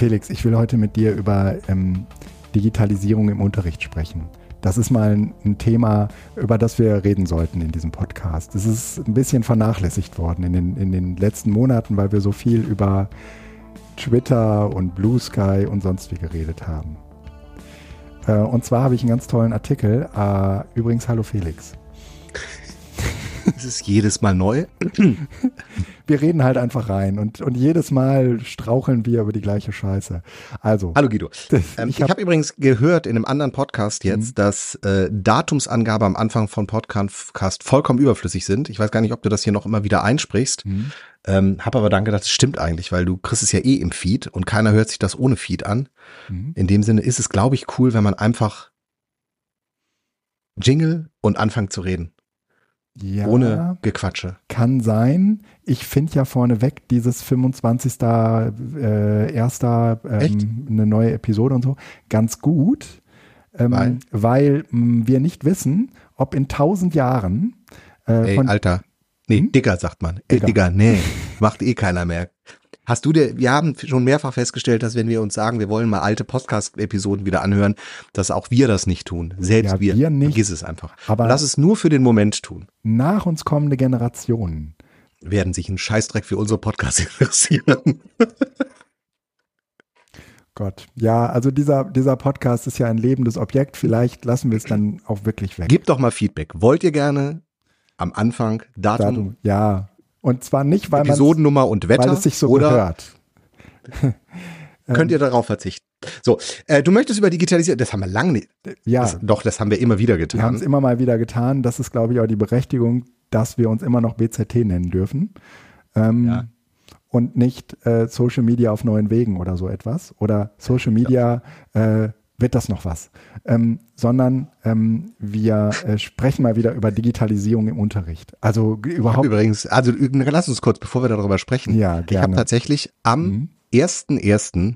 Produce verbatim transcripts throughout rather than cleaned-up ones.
Felix, ich will heute mit dir über ähm, Digitalisierung im Unterricht sprechen. Das ist mal ein, ein Thema, über das wir reden sollten in diesem Podcast. Es ist ein bisschen vernachlässigt worden in den, in den letzten Monaten, weil wir so viel über Twitter und Blue Sky und sonst wie geredet haben. Äh, und zwar habe ich einen ganz tollen Artikel. Äh, übrigens, hallo Felix. Es ist jedes Mal neu. Wir reden halt einfach rein und, und jedes Mal straucheln wir über die gleiche Scheiße. Also. Hallo Guido. Ähm, ich habe hab übrigens gehört in einem anderen Podcast jetzt, mhm. dass äh, Datumsangabe am Anfang von Podcast vollkommen überflüssig sind. Ich weiß gar nicht, ob du das hier noch immer wieder einsprichst. Mhm. Ähm, habe aber dann gedacht, das stimmt eigentlich, weil du kriegst es ja eh im Feed und keiner hört sich das ohne Feed an. Mhm. In dem Sinne ist es, glaube ich, cool, wenn man einfach Jingle und anfängt zu reden. Ja, ohne Gequatsche. Kann sein. Ich finde ja vorneweg dieses fünfundzwanzigster Äh, erster Ähm, eine neue Episode und so ganz gut, ähm, weil, weil mh, wir nicht wissen, ob in tausend Jahren äh, Ey, von, Alter, nee, hm? Digger sagt man. Ey, Digger. Digger, nee, macht eh keiner mehr. Hast du dir, wir haben schon mehrfach festgestellt, dass wenn wir uns sagen, wir wollen mal alte Podcast-Episoden wieder anhören, dass auch wir das nicht tun. Selbst ja, wir. wir nicht. Vergiss es einfach. Aber lass es nur für den Moment tun. Nach uns kommende Generationen werden sich einen Scheißdreck für unsere Podcasts interessieren. Gott. Ja, also dieser, dieser Podcast ist ja ein lebendes Objekt. Vielleicht lassen wir es dann auch wirklich weg. Gebt doch mal Feedback. Wollt ihr gerne am Anfang Datum? Datum ja. Und zwar nicht, weil, Episodennummer und Wetter, weil es sich so oder gehört. Könnt ihr darauf verzichten. So, äh, du möchtest über Digitalisieren, das haben wir lange nicht. Ja. Das, doch, das haben wir immer wieder getan. Wir haben es immer mal wieder getan. Das ist, glaube ich, auch die Berechtigung, dass wir uns immer noch B Z T nennen dürfen. Ähm, ja. Und nicht äh, Social Media auf neuen Wegen oder so etwas. Oder Social Media, äh, wird das noch was? Ähm, sondern ähm, wir äh, sprechen mal wieder über Digitalisierung im Unterricht. Also überhaupt. Übrigens, also lass uns kurz, bevor wir darüber sprechen. Ja, gerne. Ich habe tatsächlich am mhm. ersten ersten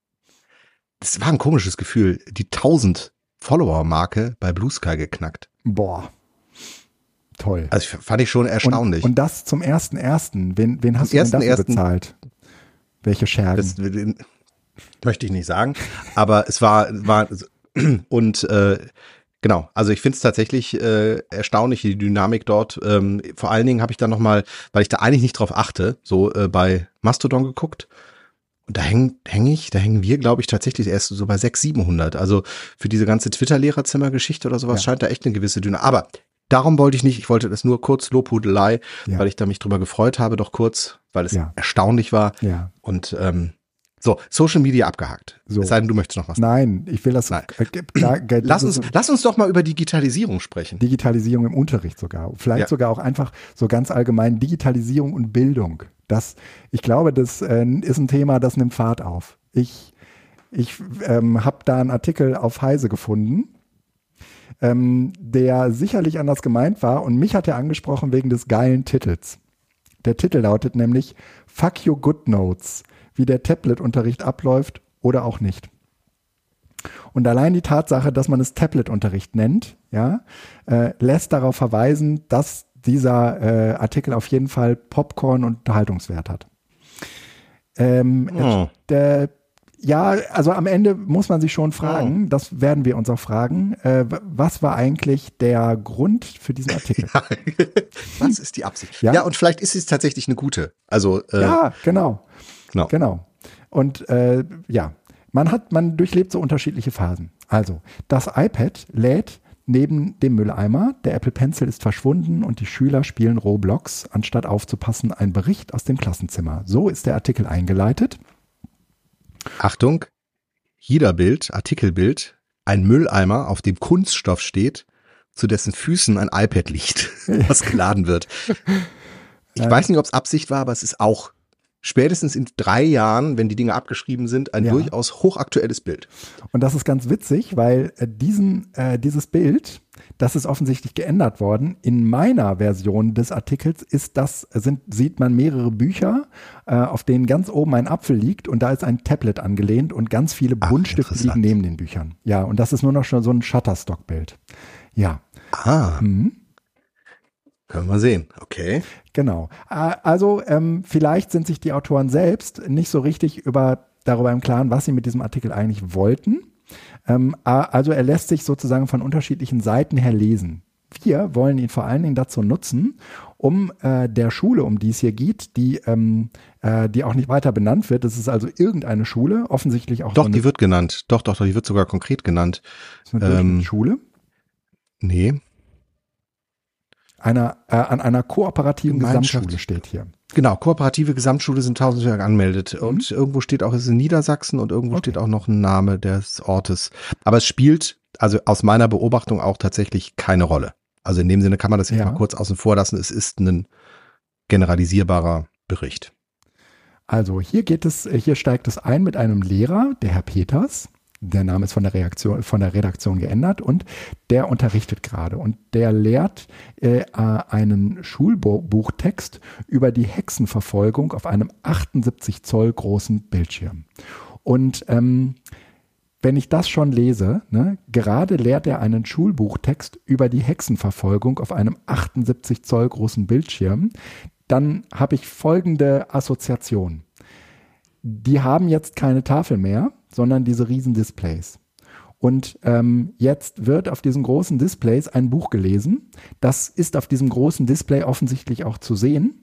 das war ein komisches Gefühl, die tausend Follower-Marke bei Blue Sky geknackt. Boah. Toll. Also fand ich schon erstaunlich. Und, und das zum ersten ersten Wen, wen hast du denn dafür bezahlt? Welche Schergen? Das, möchte ich nicht sagen, aber es war, war und äh, genau, also ich finde es tatsächlich äh, erstaunlich, die Dynamik dort. Ähm, vor allen Dingen habe ich dann nochmal, weil ich da eigentlich nicht drauf achte, so äh, bei Mastodon geguckt und da hängen häng ich, da hängen wir, glaube ich, tatsächlich erst so bei sechshundert, siebenhundert. Also für diese ganze Twitter-Lehrerzimmer-Geschichte oder sowas ja. scheint da echt eine gewisse Dynamik. Aber darum wollte ich nicht, ich wollte das nur kurz Lobhudelei, ja. weil ich da mich drüber gefreut habe, doch kurz, weil es ja. erstaunlich war ja. und ähm, so, Social Media abgehakt. So. Es sei denn, du möchtest noch was. Nein, ich will das. Nein. Äh, klar, lass, uns, lass uns doch mal über Digitalisierung sprechen. Digitalisierung im Unterricht sogar. Vielleicht ja. sogar auch einfach so ganz allgemein Digitalisierung und Bildung. Das, ich glaube, das äh, ist ein Thema, das nimmt Fahrt auf. Ich, ich ähm, habe da einen Artikel auf Heise gefunden, ähm, der sicherlich anders gemeint war und mich hat er angesprochen wegen des geilen Titels. Der Titel lautet nämlich Fuck Your Good Notes. Wie der Tablet-Unterricht abläuft oder auch nicht. Und allein die Tatsache, dass man es Tablet-Unterricht nennt, ja, äh, lässt darauf verweisen, dass dieser äh, Artikel auf jeden Fall Popcorn und Unterhaltungswert hat. Ähm, oh. der, ja, also am Ende muss man sich schon fragen, oh. das werden wir uns auch fragen, äh, was war eigentlich der Grund für diesen Artikel? Ja. Was ist die Absicht? Ja? ja, und vielleicht ist es tatsächlich eine gute. Also äh, ja, genau. Genau. Genau. Und äh, ja, man hat, man durchlebt so unterschiedliche Phasen. Also, das iPad lädt neben dem Mülleimer, der Apple Pencil ist verschwunden und die Schüler spielen Roblox, anstatt aufzupassen, ein Bericht aus dem Klassenzimmer. So ist der Artikel eingeleitet. Achtung, Bild, Artikelbild, ein Mülleimer, auf dem Kunststoff steht, zu dessen Füßen ein iPad liegt, was geladen wird. Ich weiß nicht, ob es Absicht war, aber es ist auch spätestens in drei Jahren, wenn die Dinge abgeschrieben sind, ein ja. durchaus hochaktuelles Bild. Und das ist ganz witzig, weil äh, diesen, äh, dieses Bild, das ist offensichtlich geändert worden. In meiner Version des Artikels ist das, sind, sieht man mehrere Bücher, äh, auf denen ganz oben ein Apfel liegt und da ist ein Tablet angelehnt und ganz viele Ach, Buntstifte liegen neben den Büchern. Ja, und das ist nur noch schon so ein Shutterstock-Bild. Ja. Ah. Mhm. Können wir sehen, okay. Genau. Also ähm, vielleicht sind sich die Autoren selbst nicht so richtig über darüber im Klaren, was sie mit diesem Artikel eigentlich wollten. Ähm, also er lässt sich sozusagen von unterschiedlichen Seiten her lesen. Wir wollen ihn vor allen Dingen dazu nutzen, um äh, der Schule, um die es hier geht, die, ähm, äh, die auch nicht weiter benannt wird. Das ist also irgendeine Schule, offensichtlich auch. Doch, so eine, die wird genannt. Doch, doch, doch, die wird sogar konkret genannt. Das ist eine ähm, Schule? Nee. Einer, äh, an einer kooperativen Gesamtschule steht hier. Genau, kooperative Gesamtschule sind tausend angemeldet. Mhm. Und irgendwo steht auch, es ist in Niedersachsen und irgendwo okay. steht auch noch ein Name des Ortes. Aber es spielt, also aus meiner Beobachtung auch tatsächlich keine Rolle. Also in dem Sinne kann man das jetzt ja. mal kurz außen vor lassen. Es ist ein generalisierbarer Bericht. Also hier geht es, hier steigt es ein mit einem Lehrer, der Herr Peters. Der Name ist von der Reaktion, von der Redaktion geändert und der unterrichtet gerade und der lehrt äh, einen Schulbuchtext über die Hexenverfolgung auf einem achtundsiebzig Zoll großen Bildschirm. Und ähm, wenn ich das schon lese, ne, gerade lehrt er einen Schulbuchtext über die Hexenverfolgung auf einem achtundsiebzig Zoll großen Bildschirm, dann habe ich folgende Assoziation. Die haben jetzt keine Tafel mehr, sondern diese riesen Displays. Und ähm, jetzt wird auf diesen großen Displays ein Buch gelesen. Das ist auf diesem großen Display offensichtlich auch zu sehen.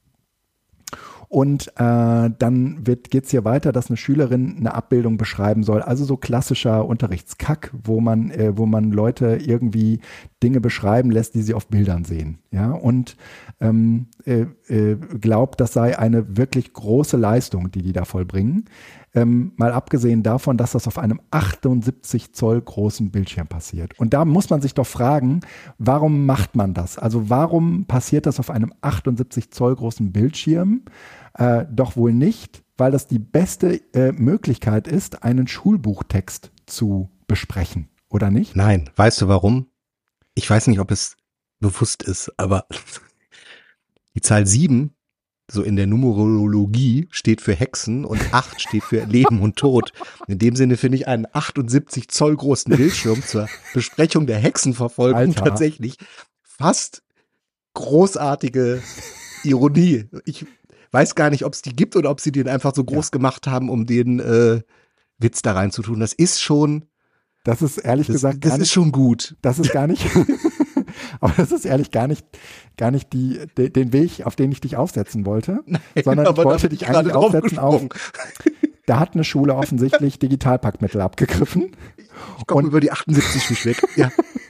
Und äh, dann geht es hier weiter, dass eine Schülerin eine Abbildung beschreiben soll. Also so klassischer Unterrichtskack, wo man, äh, wo man Leute irgendwie Dinge beschreiben lässt, die sie auf Bildern sehen. Ja? Und ähm, äh, äh, glaubt, das sei eine wirklich große Leistung, die die da vollbringen. Ähm, mal abgesehen davon, dass das auf einem achtundsiebzig Zoll großen Bildschirm passiert. Und da muss man sich doch fragen, warum macht man das? Also warum passiert das auf einem achtundsiebzig Zoll großen Bildschirm? Äh, doch wohl nicht, weil das die beste äh, Möglichkeit ist, einen Schulbuchtext zu besprechen, oder nicht? Nein, weißt du warum? Ich weiß nicht, ob es bewusst ist, aber die Zahl sieben so in der Numerologie steht für Hexen und acht steht für Leben und Tod. In dem Sinne finde ich einen achtundsiebzig Zoll großen Bildschirm zur Besprechung der Hexenverfolgung Alter. tatsächlich fast großartige Ironie. Ich weiß gar nicht, ob es die gibt oder ob sie den einfach so groß ja. gemacht haben, um den äh, Witz da reinzutun. Das ist schon Das ist ehrlich das, gesagt das gar ist nicht, schon gut. Das ist gar nicht aber das ist ehrlich gar nicht gar nicht die, de, den Weg, auf den ich dich aufsetzen wollte, Nein, sondern ich wollte dich eigentlich aufsetzen auf, da hat eine Schule offensichtlich Digitalpackmittel abgegriffen. Ich komme über die achtundsiebzig nicht weg. Ja.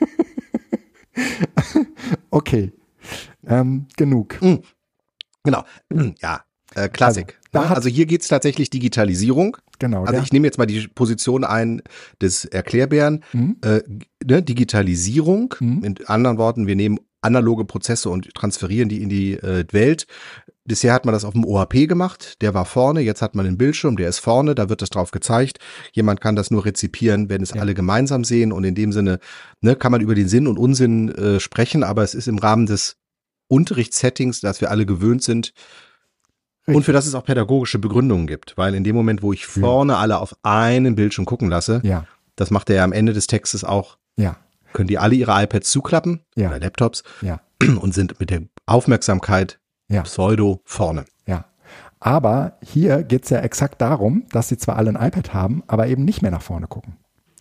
Okay, ähm, genug. Mhm. Genau, ja, äh, Klassik. Also, also hier geht's tatsächlich Digitalisierung. Genau. Also ich nehme jetzt mal die Position ein des Erklärbären. Mhm. Äh, ne, Digitalisierung, mhm. in anderen Worten, wir nehmen analoge Prozesse und transferieren die in die äh, Welt. Bisher hat man das auf dem O H P gemacht, der war vorne, jetzt hat man den Bildschirm, der ist vorne, da wird das drauf gezeigt. Jemand kann das nur rezipieren, wenn es ja. alle gemeinsam sehen und in dem Sinne ne, kann man über den Sinn und Unsinn äh, sprechen, aber es ist im Rahmen des Unterrichtssettings, das wir alle gewöhnt sind, Richtig. Und für das es auch pädagogische Begründungen gibt, weil in dem Moment, wo ich vorne ja. alle auf einen Bildschirm gucken lasse, ja. das macht er ja am Ende des Textes auch, ja. können die alle ihre iPads zuklappen ja. oder Laptops ja. und sind mit der Aufmerksamkeit ja. pseudo vorne. Ja, aber hier geht es ja exakt darum, dass sie zwar alle ein iPad haben, aber eben nicht mehr nach vorne gucken.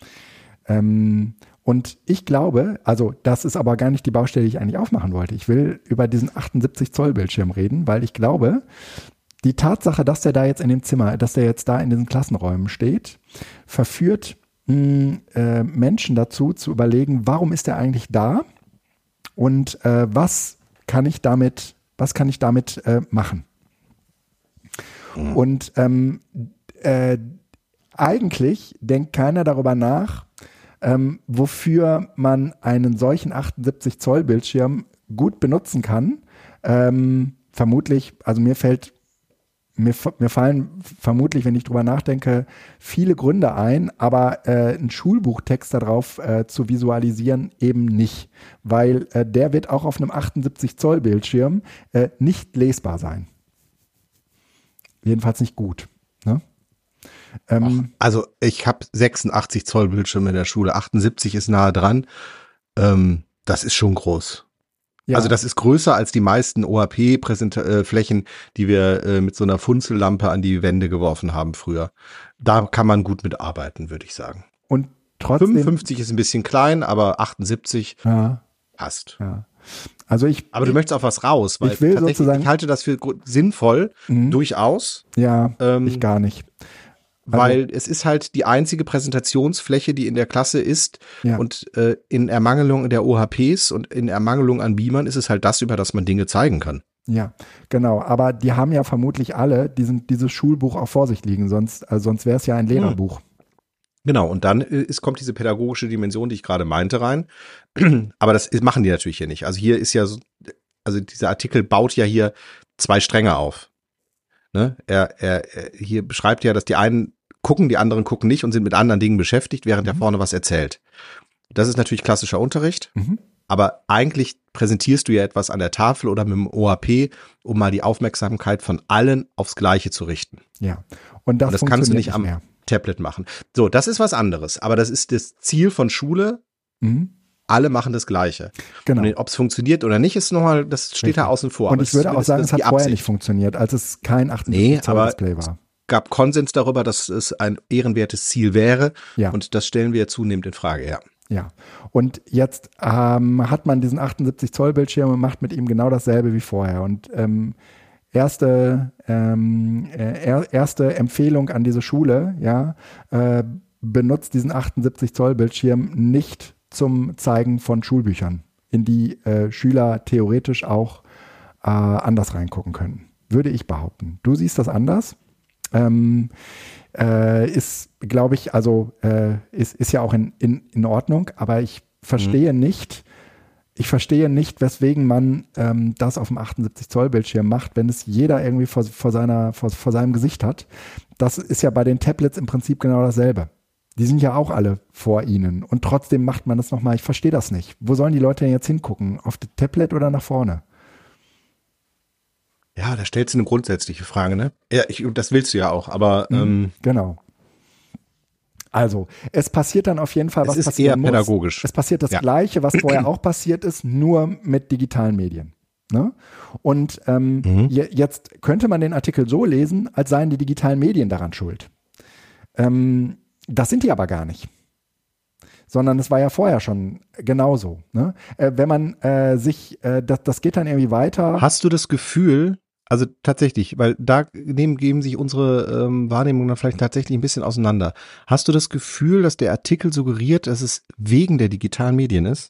Ähm, und ich glaube, also das ist aber gar nicht die Baustelle, die ich eigentlich aufmachen wollte. Ich will über diesen achtundsiebzig Zoll Bildschirm reden, weil ich glaube, die Tatsache, dass der da jetzt in dem Zimmer, dass der jetzt da in diesen Klassenräumen steht, verführt mh, äh, Menschen dazu zu überlegen, warum ist der eigentlich da und äh, was kann ich damit, was kann ich damit äh, machen? Mhm. Und ähm, äh, eigentlich denkt keiner darüber nach, ähm, wofür man einen solchen achtundsiebzig Zoll Bildschirm gut benutzen kann. Ähm, vermutlich, also mir fällt Mir, mir fallen vermutlich, wenn ich drüber nachdenke, viele Gründe ein, aber äh, einen Schulbuchtext darauf äh, zu visualisieren eben nicht, weil äh, der wird auch auf einem achtundsiebzig Zoll Bildschirm äh, nicht lesbar sein. Jedenfalls nicht gut. Ne? Ähm, Ach, also ich habe sechsundachtzig Zoll Bildschirme in der Schule, achtundsiebzig ist nahe dran. Ähm, das ist schon groß. Ja. Also das ist größer als die meisten O H P-Flächen, die wir äh, mit so einer Funzellampe an die Wände geworfen haben früher. Da kann man gut mitarbeiten, würde ich sagen. Und trotzdem. fünfundfünfzig ist ein bisschen klein, aber achtundsiebzig ja, passt. Ja. Also ich, aber du ich, möchtest auf was raus, weil ich will tatsächlich, sozusagen, ich halte das für sinnvoll, mhm. durchaus. Ja, ähm, ich gar nicht. Also, weil es ist halt die einzige Präsentationsfläche, die in der Klasse ist ja. und äh, in Ermangelung der O H Ps und in Ermangelung an Beamern ist es halt das, über das man Dinge zeigen kann. Ja, genau. Aber die haben ja vermutlich alle diesen, dieses Schulbuch auch vor sich liegen, sonst, also sonst wäre es ja ein Lehrerbuch. Hm. Genau, und dann ist, kommt diese pädagogische Dimension, die ich gerade meinte, rein. Aber das ist, machen die natürlich hier nicht. Also hier ist ja so, also dieser Artikel baut ja hier zwei Stränge auf. Ne? Er, er, er hier beschreibt ja, dass die einen gucken, die anderen gucken nicht und sind mit anderen Dingen beschäftigt, während mhm. er vorne was erzählt. Das ist natürlich klassischer Unterricht, mhm. aber eigentlich präsentierst du ja etwas an der Tafel oder mit dem O H P, um mal die Aufmerksamkeit von allen aufs Gleiche zu richten. Ja, und das, und das kannst du nicht, nicht am mehr. Tablet machen. So, das ist was anderes, aber das ist das Ziel von Schule. Mhm. Alle machen das Gleiche. Genau. Und ob es funktioniert oder nicht, ist nochmal, das steht Richtig. da außen vor. Und ich würde auch sagen, es hat vorher nicht funktioniert, als es kein achtundsiebzig Zoll Display war. Es gab Konsens darüber, dass es ein ehrenwertes Ziel wäre. Ja. Und das stellen wir zunehmend in Frage, ja. Ja. Und jetzt ähm, hat man diesen achtundsiebzig Zoll Bildschirm und macht mit ihm genau dasselbe wie vorher. Und ähm, erste, ähm, äh, erste Empfehlung an diese Schule, ja, äh, benutzt diesen achtundsiebzig Zoll Bildschirm nicht zum Zeigen von Schulbüchern, in die äh, Schüler theoretisch auch äh, anders reingucken können, würde ich behaupten. Du siehst das anders. Ähm, äh, ist, glaube ich, also äh, ist, ist ja auch in, in, in Ordnung, aber ich verstehe mhm. nicht, ich verstehe nicht, weswegen man ähm, das auf dem achtundsiebzig Zoll Bildschirm macht, wenn es jeder irgendwie vor, vor, seiner, vor, vor seinem Gesicht hat. Das ist ja bei den Tablets im Prinzip genau dasselbe. Die sind ja auch alle vor ihnen und trotzdem macht man das nochmal. Ich verstehe das nicht. Wo sollen die Leute denn jetzt hingucken? Auf das Tablet oder nach vorne? Ja, da stellst du eine grundsätzliche Frage, ne? Ja, ich, das willst du ja auch, aber mhm, ähm, genau. Also, es passiert dann auf jeden Fall, was es ist passieren eher muss. Pädagogisch. Es passiert das ja. Gleiche, was vorher auch passiert ist, nur mit digitalen Medien. Ne? Und ähm, mhm. je, jetzt könnte man den Artikel so lesen, als seien die digitalen Medien daran schuld. Ähm, Das sind die aber gar nicht, sondern es war ja vorher schon genauso. Ne? Äh, wenn man äh, sich, äh, das, das geht dann irgendwie weiter. Hast du das Gefühl, also tatsächlich, weil da nehmen, geben sich unsere ähm, Wahrnehmungen dann vielleicht tatsächlich ein bisschen auseinander. Hast du das Gefühl, dass der Artikel suggeriert, dass es wegen der digitalen Medien ist?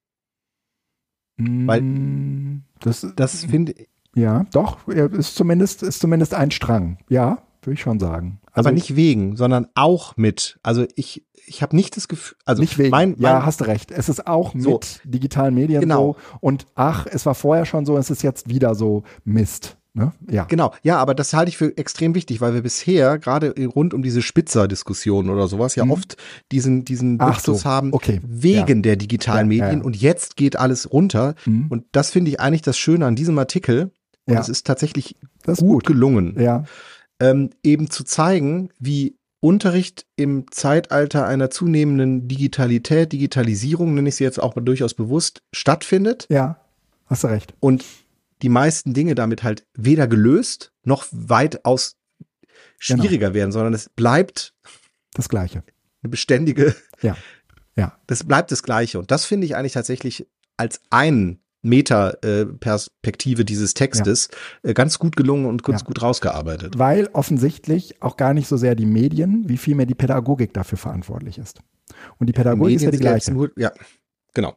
Mm, weil das, das finde ich. Ja, doch, ist zumindest, ist zumindest ein Strang. Ja, würde ich schon sagen. Also, aber nicht wegen, sondern auch mit. Also ich, ich habe nicht das Gefühl, also nicht wegen. Mein, mein, ja, hast du recht. Es ist auch so. mit digitalen Medien genau. so. Und ach, es war vorher schon so, es ist jetzt wieder so Mist. Ne? Ja. Genau, ja, aber das halte ich für extrem wichtig, weil wir bisher gerade rund um diese Spitzer-Diskussionen oder sowas ja mhm. oft diesen, diesen Duktus so. haben, okay. wegen ja. der digitalen ja, Medien ja. und jetzt geht alles runter. Mhm. Und das finde ich eigentlich das Schöne an diesem Artikel. Und ja. es ist tatsächlich das ist gut, gut gelungen, ja. ähm, eben zu zeigen, wie Unterricht im Zeitalter einer zunehmenden Digitalität, Digitalisierung, nenne ich sie jetzt auch mal durchaus bewusst, stattfindet. Ja, hast du recht. Und die meisten Dinge damit halt weder gelöst noch weitaus schwieriger genau. werden, sondern es bleibt das Gleiche. Eine beständige, ja, ja. Das bleibt das Gleiche. Und das finde ich eigentlich tatsächlich als ein Meta-Perspektive dieses Textes ja. ganz gut gelungen und ganz ja. gut rausgearbeitet. Weil offensichtlich auch gar nicht so sehr die Medien, wie vielmehr die Pädagogik dafür verantwortlich ist. Und die Pädagogik ist ja die gleiche. Nur, ja, genau.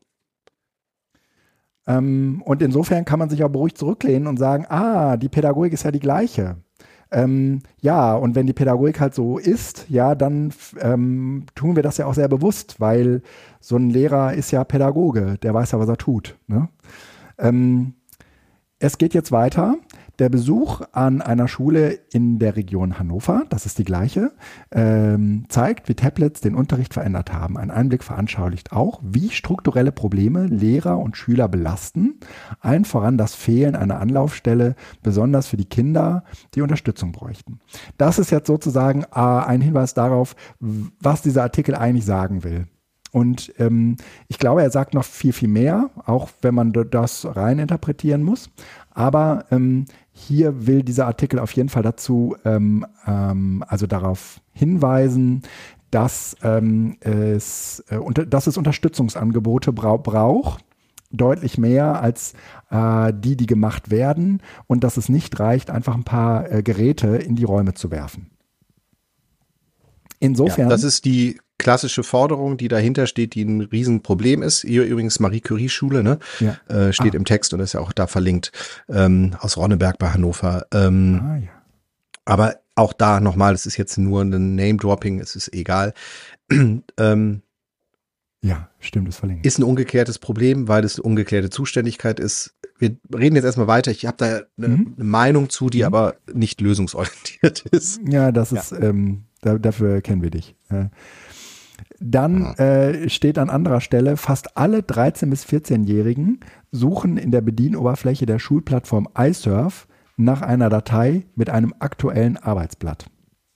Ähm, und insofern kann man sich auch beruhigt zurücklehnen und sagen, ah, die Pädagogik ist ja die gleiche. Ähm, ja, und wenn die Pädagogik halt so ist, ja, dann ähm, tun wir das ja auch sehr bewusst, weil so ein Lehrer ist ja Pädagoge, der weiß ja, was er tut. Ne? Ähm, es geht jetzt weiter. Der Besuch an einer Schule in der Region Hannover, das ist die gleiche, ähm, zeigt, wie Tablets den Unterricht verändert haben. Ein Einblick veranschaulicht auch, wie strukturelle Probleme Lehrer und Schüler belasten. Allen voran das Fehlen einer Anlaufstelle, besonders für die Kinder, die Unterstützung bräuchten. Das ist jetzt sozusagen äh, ein Hinweis darauf, was dieser Artikel eigentlich sagen will. Und ähm, ich glaube, er sagt noch viel, viel mehr, auch wenn man das rein interpretieren muss. Aber ähm, hier will dieser Artikel auf jeden Fall dazu, ähm, ähm, also darauf hinweisen, dass, ähm, es, äh, unter, dass es Unterstützungsangebote bra- braucht, deutlich mehr als äh, die, die gemacht werden, und dass es nicht reicht, einfach ein paar äh, Geräte in die Räume zu werfen. Insofern. Ja, das ist die klassische Forderung, die dahinter steht, die ein Riesenproblem ist. Hier übrigens Marie Curie Schule, ne? Ja. Äh, steht ah. im Text und ist ja auch da verlinkt, ähm, aus Ronneberg bei Hannover. Ähm, ah, ja. Aber auch da nochmal, es ist jetzt nur ein Name-Dropping, es ist egal. ähm, ja, stimmt, ist verlinkt. Ist ein umgekehrtes Problem, weil es eine umgekehrte Zuständigkeit ist. Wir reden jetzt erstmal weiter. Ich habe da eine, Mhm. eine Meinung zu, die mhm. aber nicht lösungsorientiert ist. Ja, das Ja. ist, ähm, da, dafür kennen wir dich. Äh, Dann äh, steht an anderer Stelle, fast alle dreizehn- bis vierzehnjährigen suchen in der Bedienoberfläche der Schulplattform iSurf nach einer Datei mit einem aktuellen Arbeitsblatt.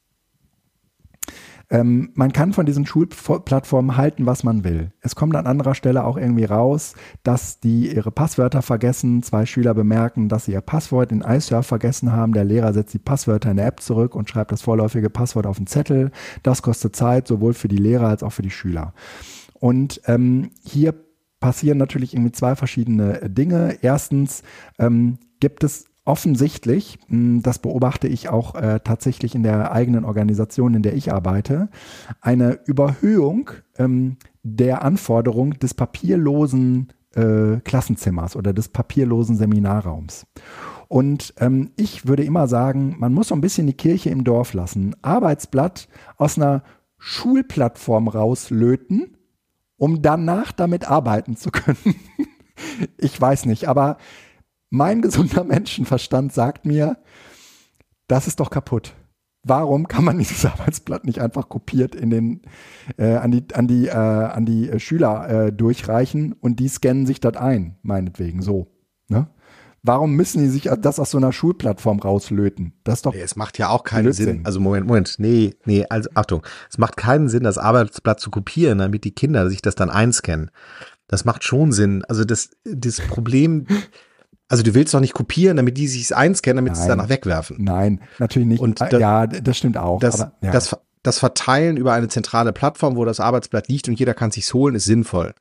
Ähm, man kann von diesen Schulplattformen halten, was man will. Es kommt an anderer Stelle auch irgendwie raus, dass die ihre Passwörter vergessen. Zwei Schüler bemerken, dass sie ihr Passwort in iSurf vergessen haben. Der Lehrer setzt die Passwörter in der App zurück und schreibt das vorläufige Passwort auf den Zettel. Das kostet Zeit, sowohl für die Lehrer als auch für die Schüler. Und ähm, hier passieren natürlich irgendwie zwei verschiedene Dinge. Erstens ähm, gibt es offensichtlich, das beobachte ich auch äh, tatsächlich in der eigenen Organisation, in der ich arbeite, eine Überhöhung ähm, der Anforderung des papierlosen äh, Klassenzimmers oder des papierlosen Seminarraums. Und ähm, ich würde immer sagen, man muss so ein bisschen die Kirche im Dorf lassen. Arbeitsblatt aus einer Schulplattform rauslöten, um danach damit arbeiten zu können. Ich weiß nicht, aber mein gesunder Menschenverstand sagt mir, das ist doch kaputt. Warum kann man dieses Arbeitsblatt nicht einfach kopiert in den, äh, an die, an die, äh, an die äh, Schüler äh, durchreichen und die scannen sich das ein, meinetwegen so. Ne? Warum müssen die sich das aus so einer Schulplattform rauslöten? Das ist doch. Nee, es macht ja auch keinen Blödsinn. Sinn. Also Moment, Moment, nee, nee, also Achtung, es macht keinen Sinn, das Arbeitsblatt zu kopieren, damit die Kinder sich das dann einscannen. Das macht schon Sinn. Also das, das Problem. Also du willst doch nicht kopieren, damit die sich einscannen, damit sie es danach wegwerfen. Nein, natürlich nicht. Und da, ja, das stimmt auch. Das, aber, ja. das, das Verteilen über eine zentrale Plattform, wo das Arbeitsblatt liegt und jeder kann es sich holen, ist sinnvoll.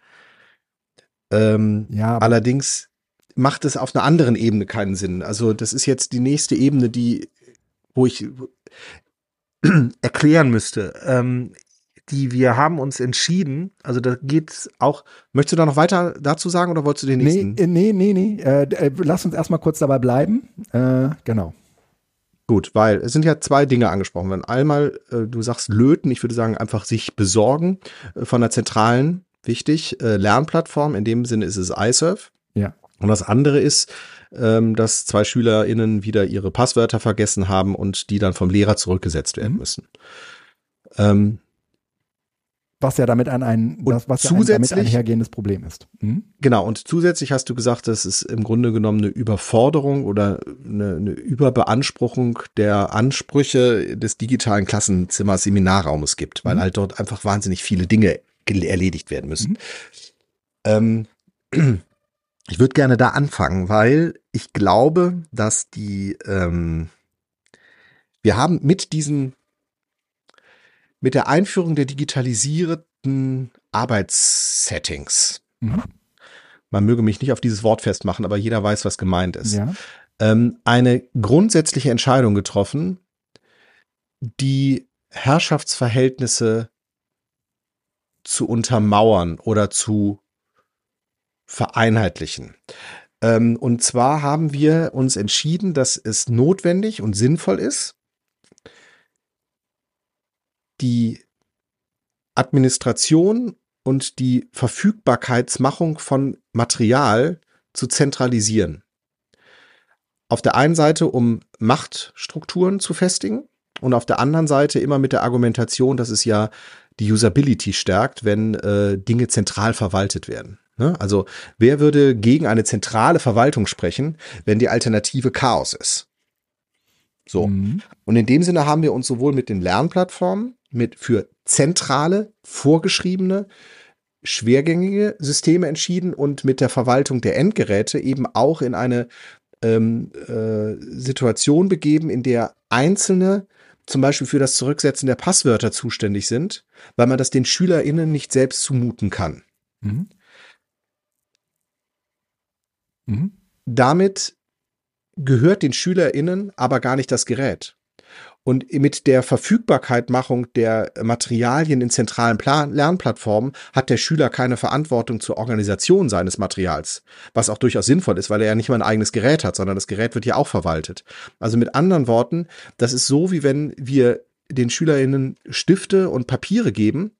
Ähm, ja, allerdings macht es auf einer anderen Ebene keinen Sinn. Also das ist jetzt die nächste Ebene, die, wo ich erklären müsste. Ähm, die wir haben uns entschieden, also da geht's auch, möchtest du da noch weiter dazu sagen oder wolltest du den nächsten? Nee, nee, nee, nee. Äh, lass uns erstmal kurz dabei bleiben. Äh, genau. Gut, weil es sind ja zwei Dinge angesprochen worden. Einmal, äh, du sagst löten, ich würde sagen einfach sich besorgen äh, von der zentralen, wichtig, äh, Lernplattform. In dem Sinne ist es iSurf. Ja. Und das andere ist, ähm, dass zwei SchülerInnen wieder ihre Passwörter vergessen haben und die dann vom Lehrer zurückgesetzt werden Mhm. müssen. Ähm, Was ja damit ein, ein, das, was ja ein damit einhergehendes Problem ist. Mhm. Genau, und zusätzlich hast du gesagt, das ist im Grunde genommen eine Überforderung oder eine, eine Überbeanspruchung der Ansprüche des digitalen Klassenzimmers Seminarraumes gibt, weil mhm. halt dort einfach wahnsinnig viele Dinge erledigt werden müssen. Mhm. Ähm, ich würde gerne da anfangen, weil ich glaube, dass die, ähm, wir haben mit diesen Mit der Einführung der digitalisierten Arbeitssettings, mhm. man möge mich nicht auf dieses Wort festmachen, aber jeder weiß, was gemeint ist, ja. ähm, eine grundsätzliche Entscheidung getroffen, die Herrschaftsverhältnisse zu untermauern oder zu vereinheitlichen. Ähm, und zwar haben wir uns entschieden, dass es notwendig und sinnvoll ist, die Administration und die Verfügbarkeitsmachung von Material zu zentralisieren. Auf der einen Seite, um Machtstrukturen zu festigen und auf der anderen Seite immer mit der Argumentation, dass es ja die Usability stärkt, wenn äh, Dinge zentral verwaltet werden. Ne? Also wer würde gegen eine zentrale Verwaltung sprechen, wenn die Alternative Chaos ist? So. Mhm. Und in dem Sinne haben wir uns sowohl mit den Lernplattformen, mit für zentrale, vorgeschriebene schwergängige Systeme entschieden und mit der Verwaltung der Endgeräte eben auch in eine ähm, äh, Situation begeben, in der Einzelne zum Beispiel für das Zurücksetzen der Passwörter zuständig sind, weil man das den SchülerInnen nicht selbst zumuten kann. Mhm. Mhm. Damit gehört den SchülerInnen aber gar nicht das Gerät. Und mit der Verfügbarkeitmachung der Materialien in zentralen Plan- Lernplattformen hat der Schüler keine Verantwortung zur Organisation seines Materials, was auch durchaus sinnvoll ist, weil er ja nicht mal ein eigenes Gerät hat, sondern das Gerät wird ja auch verwaltet. Also mit anderen Worten, das ist so, wie wenn wir den SchülerInnen Stifte und Papiere geben,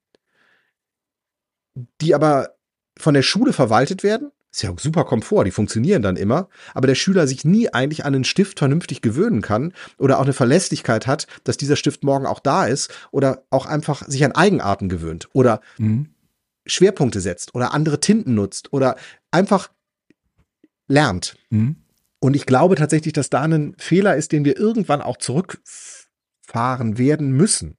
die aber von der Schule verwaltet werden. Ist ja super Komfort, die funktionieren dann immer, aber der Schüler sich nie eigentlich an einen Stift vernünftig gewöhnen kann oder auch eine Verlässlichkeit hat, dass dieser Stift morgen auch da ist oder auch einfach sich an Eigenarten gewöhnt oder mhm. Schwerpunkte setzt oder andere Tinten nutzt oder einfach lernt. Mhm. Und ich glaube tatsächlich, dass da ein Fehler ist, den wir irgendwann auch zurückfahren werden müssen.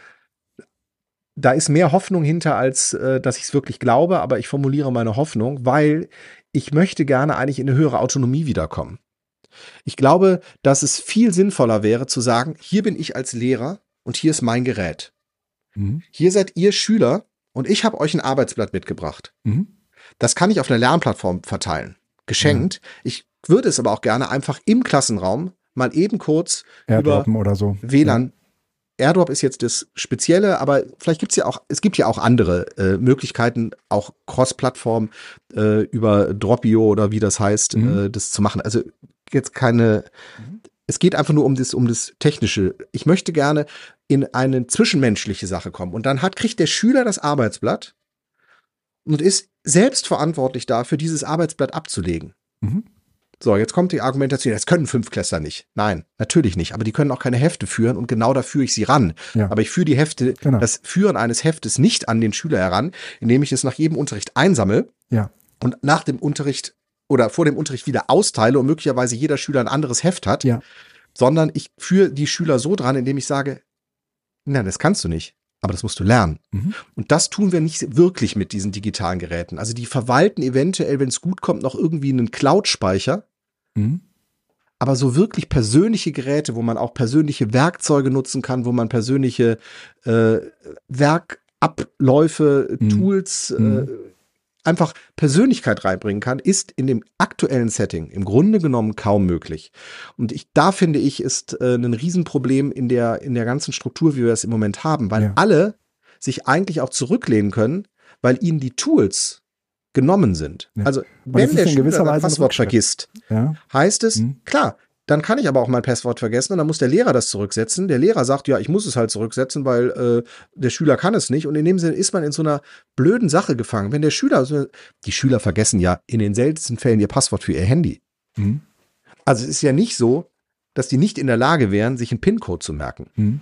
Da ist mehr Hoffnung hinter, als äh, dass ich es wirklich glaube, aber ich formuliere meine Hoffnung, weil ich möchte gerne eigentlich in eine höhere Autonomie wiederkommen. Ich glaube, dass es viel sinnvoller wäre zu sagen, hier bin ich als Lehrer und hier ist mein Gerät. Mhm. Hier seid ihr Schüler und ich habe euch ein Arbeitsblatt mitgebracht. Mhm. Das kann ich auf einer Lernplattform verteilen, geschenkt. Ja. Ich würde es aber auch gerne einfach im Klassenraum mal eben kurz Airdroppen oder so. W L A N. Ja. AirDrop ist jetzt das Spezielle, aber vielleicht gibt's ja auch, es gibt ja auch andere äh, Möglichkeiten, auch Cross-Plattform äh, über Dropio oder wie das heißt, mhm. äh, das zu machen. Also jetzt keine, mhm. es geht einfach nur um das, um das Technische. Ich möchte gerne in eine zwischenmenschliche Sache kommen und dann hat, kriegt der Schüler das Arbeitsblatt und ist selbst verantwortlich dafür, dieses Arbeitsblatt abzulegen. Mhm. So, jetzt kommt die Argumentation, das können Fünftklässler nicht. Nein, natürlich nicht. Aber die können auch keine Hefte führen und genau da führe ich sie ran. Ja. Aber ich führe die Hefte, genau. das Führen eines Heftes nicht an den Schüler heran, indem ich es nach jedem Unterricht einsammle ja. und nach dem Unterricht oder vor dem Unterricht wieder austeile und möglicherweise jeder Schüler ein anderes Heft hat, ja. sondern ich führe die Schüler so dran, indem ich sage, nein, das kannst du nicht. Aber das musst du lernen. Mhm. Und das tun wir nicht wirklich mit diesen digitalen Geräten. Also die verwalten eventuell, wenn es gut kommt, noch irgendwie einen Cloud-Speicher. Mhm. Aber so wirklich persönliche Geräte, wo man auch persönliche Werkzeuge nutzen kann, wo man persönliche äh, Werkabläufe, mhm. Tools, mhm. Äh, einfach Persönlichkeit reinbringen kann, ist in dem aktuellen Setting im Grunde genommen kaum möglich. Und ich, da finde ich, ist äh, ein Riesenproblem in der, in der ganzen Struktur, wie wir es im Moment haben, weil ja. alle sich eigentlich auch zurücklehnen können, weil ihnen die Tools genommen sind. Ja. Also wenn der Schüler das Passwort vergisst, ja. heißt es, mhm. klar, dann kann ich aber auch mein Passwort vergessen und dann muss der Lehrer das zurücksetzen. Der Lehrer sagt, ja, ich muss es halt zurücksetzen, weil äh, der Schüler kann es nicht. Und in dem Sinne ist man in so einer blöden Sache gefangen. Wenn der Schüler, also die Schüler vergessen ja in den seltensten Fällen ihr Passwort für ihr Handy. Mhm. Also es ist ja nicht so, dass die nicht in der Lage wären, sich einen PIN-Code zu merken. Mhm.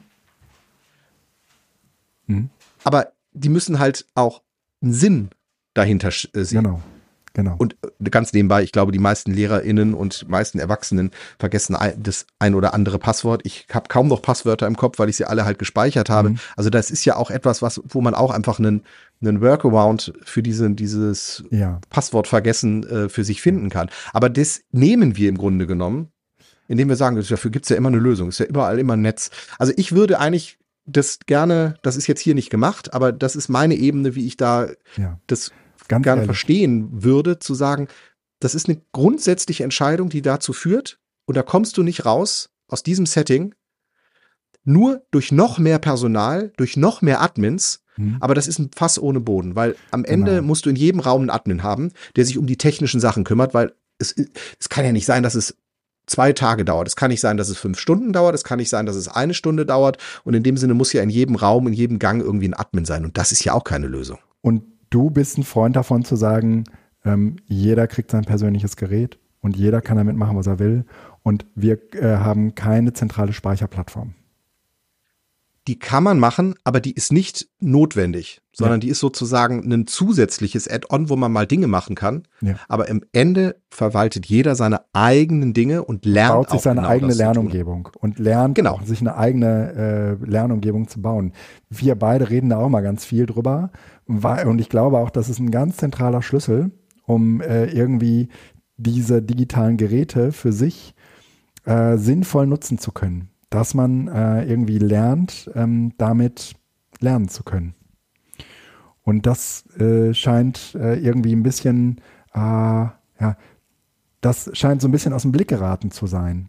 Mhm. Aber die müssen halt auch einen Sinn dahinter sehen. Genau, genau. Und ganz nebenbei, ich glaube, die meisten LehrerInnen und meisten Erwachsenen vergessen das ein oder andere Passwort. Ich habe kaum noch Passwörter im Kopf, weil ich sie alle halt gespeichert habe. Mhm. Also das ist ja auch etwas, was, wo man auch einfach einen, einen Workaround für diese, dieses ja. Passwortvergessen äh, für sich finden kann. Aber das nehmen wir im Grunde genommen, indem wir sagen, dafür gibt es ja immer eine Lösung. Es ist ja überall immer ein Netz. Also ich würde eigentlich das gerne, das ist jetzt hier nicht gemacht, aber das ist meine Ebene, wie ich da ja. das Ganz gerne ehrlich. verstehen würde, zu sagen, das ist eine grundsätzliche Entscheidung, die dazu führt, und da kommst du nicht raus aus diesem Setting, nur durch noch mehr Personal, durch noch mehr Admins, mhm. aber das ist ein Fass ohne Boden, weil am Ende genau. musst du in jedem Raum einen Admin haben, der sich um die technischen Sachen kümmert, weil es, es kann ja nicht sein, dass es zwei Tage dauert. Es kann nicht sein, dass es fünf Stunden dauert. Es kann nicht sein, dass es eine Stunde dauert. Und in dem Sinne muss ja in jedem Raum, in jedem Gang irgendwie ein Admin sein. Und das ist ja auch keine Lösung. Und du bist ein Freund davon zu sagen, ähm, jeder kriegt sein persönliches Gerät und jeder kann damit machen, was er will. Und wir äh, haben keine zentrale Speicherplattform. die kann man machen, aber die ist nicht notwendig, sondern ja. die ist sozusagen ein zusätzliches Add-on, wo man mal Dinge machen kann. Ja. Aber im Ende verwaltet jeder seine eigenen Dinge und lernt baut sich auch seine genau eigene das zu tun. Lernumgebung und lernt Genau. auch, sich eine eigene äh, Lernumgebung zu bauen. Wir beide reden da auch mal ganz viel drüber. Und ich glaube auch, das ist ein ganz zentraler Schlüssel, um äh, irgendwie diese digitalen Geräte für sich äh, sinnvoll nutzen zu können. Dass man äh, irgendwie lernt, ähm, damit lernen zu können. Und das äh, scheint äh, irgendwie ein bisschen, äh, ja, das scheint so ein bisschen aus dem Blick geraten zu sein.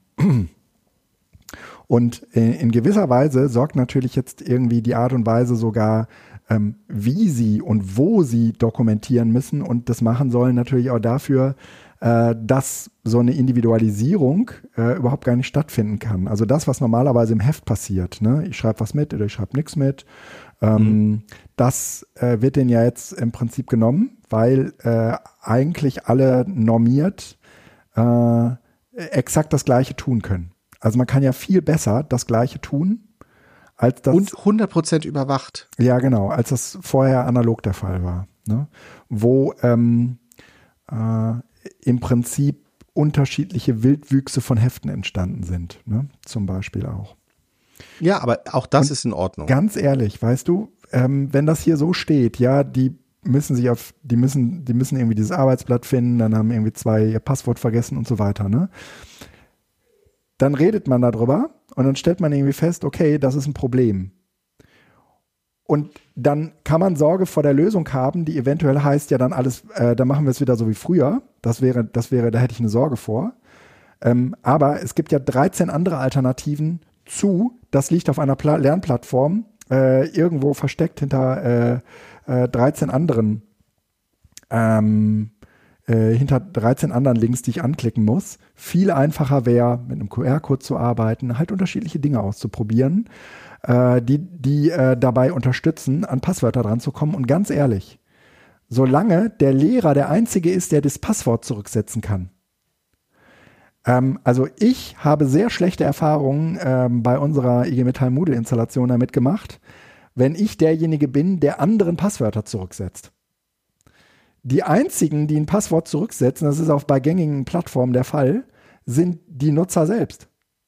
Und äh, in gewisser Weise sorgt natürlich jetzt irgendwie die Art und Weise sogar, ähm, wie sie und wo sie dokumentieren müssen und das machen sollen, natürlich auch dafür, äh, dass so eine Individualisierung äh, überhaupt gar nicht stattfinden kann. Also das, was normalerweise im Heft passiert, ne? Ich schreibe was mit oder ich schreibe nichts mit, ähm, mhm. das äh, wird denen ja jetzt im Prinzip genommen, weil äh, eigentlich alle normiert äh, exakt das Gleiche tun können. Also man kann ja viel besser das Gleiche tun, als das. Und hundert Prozent überwacht. Ja, genau, als das vorher analog der Fall war. Ne? Wo ähm, äh, im Prinzip unterschiedliche Wildwüchse von Heften entstanden sind. Ne? Zum Beispiel auch. Ja, aber auch das Und ist in Ordnung. Ganz ehrlich, weißt du, ähm, wenn das hier so steht, ja, die müssen sich auf, die müssen, die müssen irgendwie dieses Arbeitsblatt finden, dann haben irgendwie zwei ihr Passwort vergessen und so weiter, ne? Dann redet man darüber und dann stellt man irgendwie fest, okay, das ist ein Problem. Und dann kann man Sorge vor der Lösung haben, die eventuell heißt, ja dann alles, äh, dann machen wir es wieder so wie früher. Das wäre, das wäre, da hätte ich eine Sorge vor. Ähm, aber es gibt ja dreizehn andere Alternativen zu, das liegt auf einer Pla- Lernplattform, äh, irgendwo versteckt hinter äh, äh, dreizehn anderen ähm, Äh, hinter dreizehn anderen Links, die ich anklicken muss. Viel einfacher wäre, mit einem Q R-Code zu arbeiten, halt unterschiedliche Dinge auszuprobieren, äh, die, die äh, dabei unterstützen, an Passwörter dran zu kommen. Und ganz ehrlich, solange der Lehrer der Einzige ist, der das Passwort zurücksetzen kann. Ähm, also ich habe sehr schlechte Erfahrungen ähm, bei unserer I G Metall Moodle-Installation damit gemacht, wenn ich derjenige bin, der anderen Passwörter zurücksetzt. Die einzigen, die ein Passwort zurücksetzen, das ist auch bei gängigen Plattformen der Fall, sind die Nutzer selbst.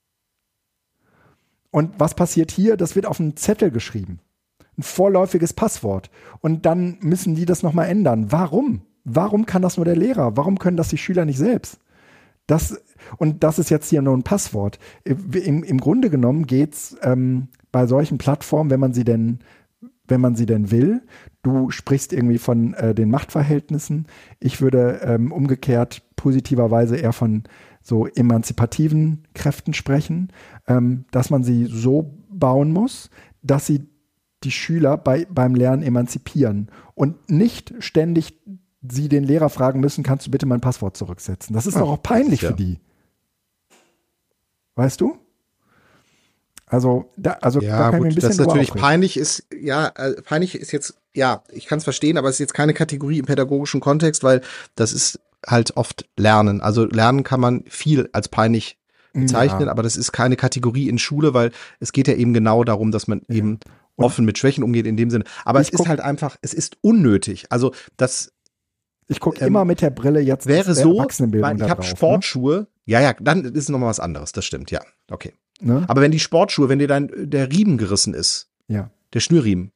Und was passiert hier? Das wird auf einen Zettel geschrieben. Ein vorläufiges Passwort. Und dann müssen die das nochmal ändern. Warum? Warum kann das nur der Lehrer? Warum können das die Schüler nicht selbst? Das, und das ist jetzt hier nur ein Passwort. Im, im Grunde genommen geht es ähm, bei solchen Plattformen, wenn man sie denn wenn man sie denn will. Du sprichst irgendwie von äh, den Machtverhältnissen. Ich würde ähm, umgekehrt positiverweise eher von so emanzipativen Kräften sprechen, ähm, dass man sie so bauen muss, dass sie die Schüler bei, beim Lernen emanzipieren und nicht ständig sie den Lehrer fragen müssen, kannst du bitte mein Passwort zurücksetzen? Das ist doch auch peinlich ja. für die. Weißt du? Also, da, also ja, da kann gut, ich mir ein bisschen das natürlich aufregen. peinlich ist, ja, äh, peinlich ist jetzt, ja, ich kann es verstehen, aber es ist jetzt keine Kategorie im pädagogischen Kontext, weil das ist halt oft Lernen. Also Lernen kann man viel als peinlich bezeichnen, ja. Aber das ist keine Kategorie in Schule, weil es geht ja eben genau darum, dass man ja. eben Und offen mit Schwächen umgeht in dem Sinne. Aber es ist halt einfach, es ist unnötig. Also das Ich gucke ähm, immer mit der Brille jetzt wäre so, weil ich habe drauf, Sportschuhe, ne? ja, ja, dann ist es nochmal was anderes, das stimmt, ja, okay. Ne? Aber wenn die Sportschuhe, wenn dir dann der Riemen gerissen ist, ja. der Schnürriemen,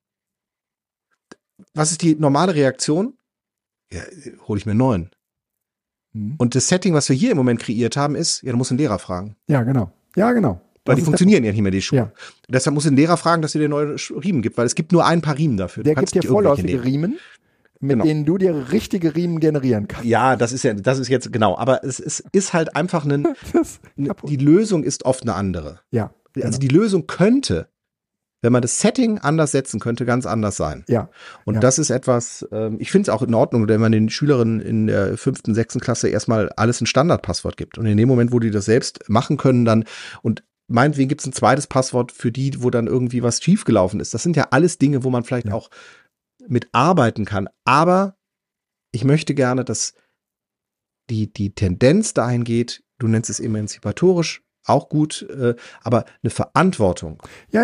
was ist die normale Reaktion? Ja, hole ich mir einen neuen. Mhm. Und das Setting, was wir hier im Moment kreiert haben, ist, ja, du musst den Lehrer fragen. Ja, genau. Ja, genau. Weil die funktionieren ja nicht mehr, die Schuhe. Ja. Deshalb muss den Lehrer fragen, dass er dir neue Riemen gibt, weil es gibt nur ein paar Riemen dafür. Der gibt dir vorläufige Riemen, mit genau. denen du dir richtige Riemen generieren kannst. Ja, das ist ja, das ist jetzt, genau. Aber es ist, ist halt einfach ein, die Lösung ist oft eine andere. Ja. Genau. Also die Lösung könnte, wenn man das Setting anders setzen könnte, ganz anders sein. Ja. Und ja. das ist etwas, ähm, ich finde es auch in Ordnung, wenn man den Schülerinnen in der fünften, sechsten Klasse erstmal alles ein Standardpasswort gibt. Und in dem Moment, wo die das selbst machen können, dann, und meinetwegen gibt es ein zweites Passwort für die, wo dann irgendwie was schiefgelaufen ist. Das sind ja alles Dinge, wo man vielleicht ja. auch mitarbeiten kann. Aber ich möchte gerne, dass die, die Tendenz dahin geht, du nennst es emanzipatorisch, auch gut, äh, aber eine Verantwortung. Ja, ja,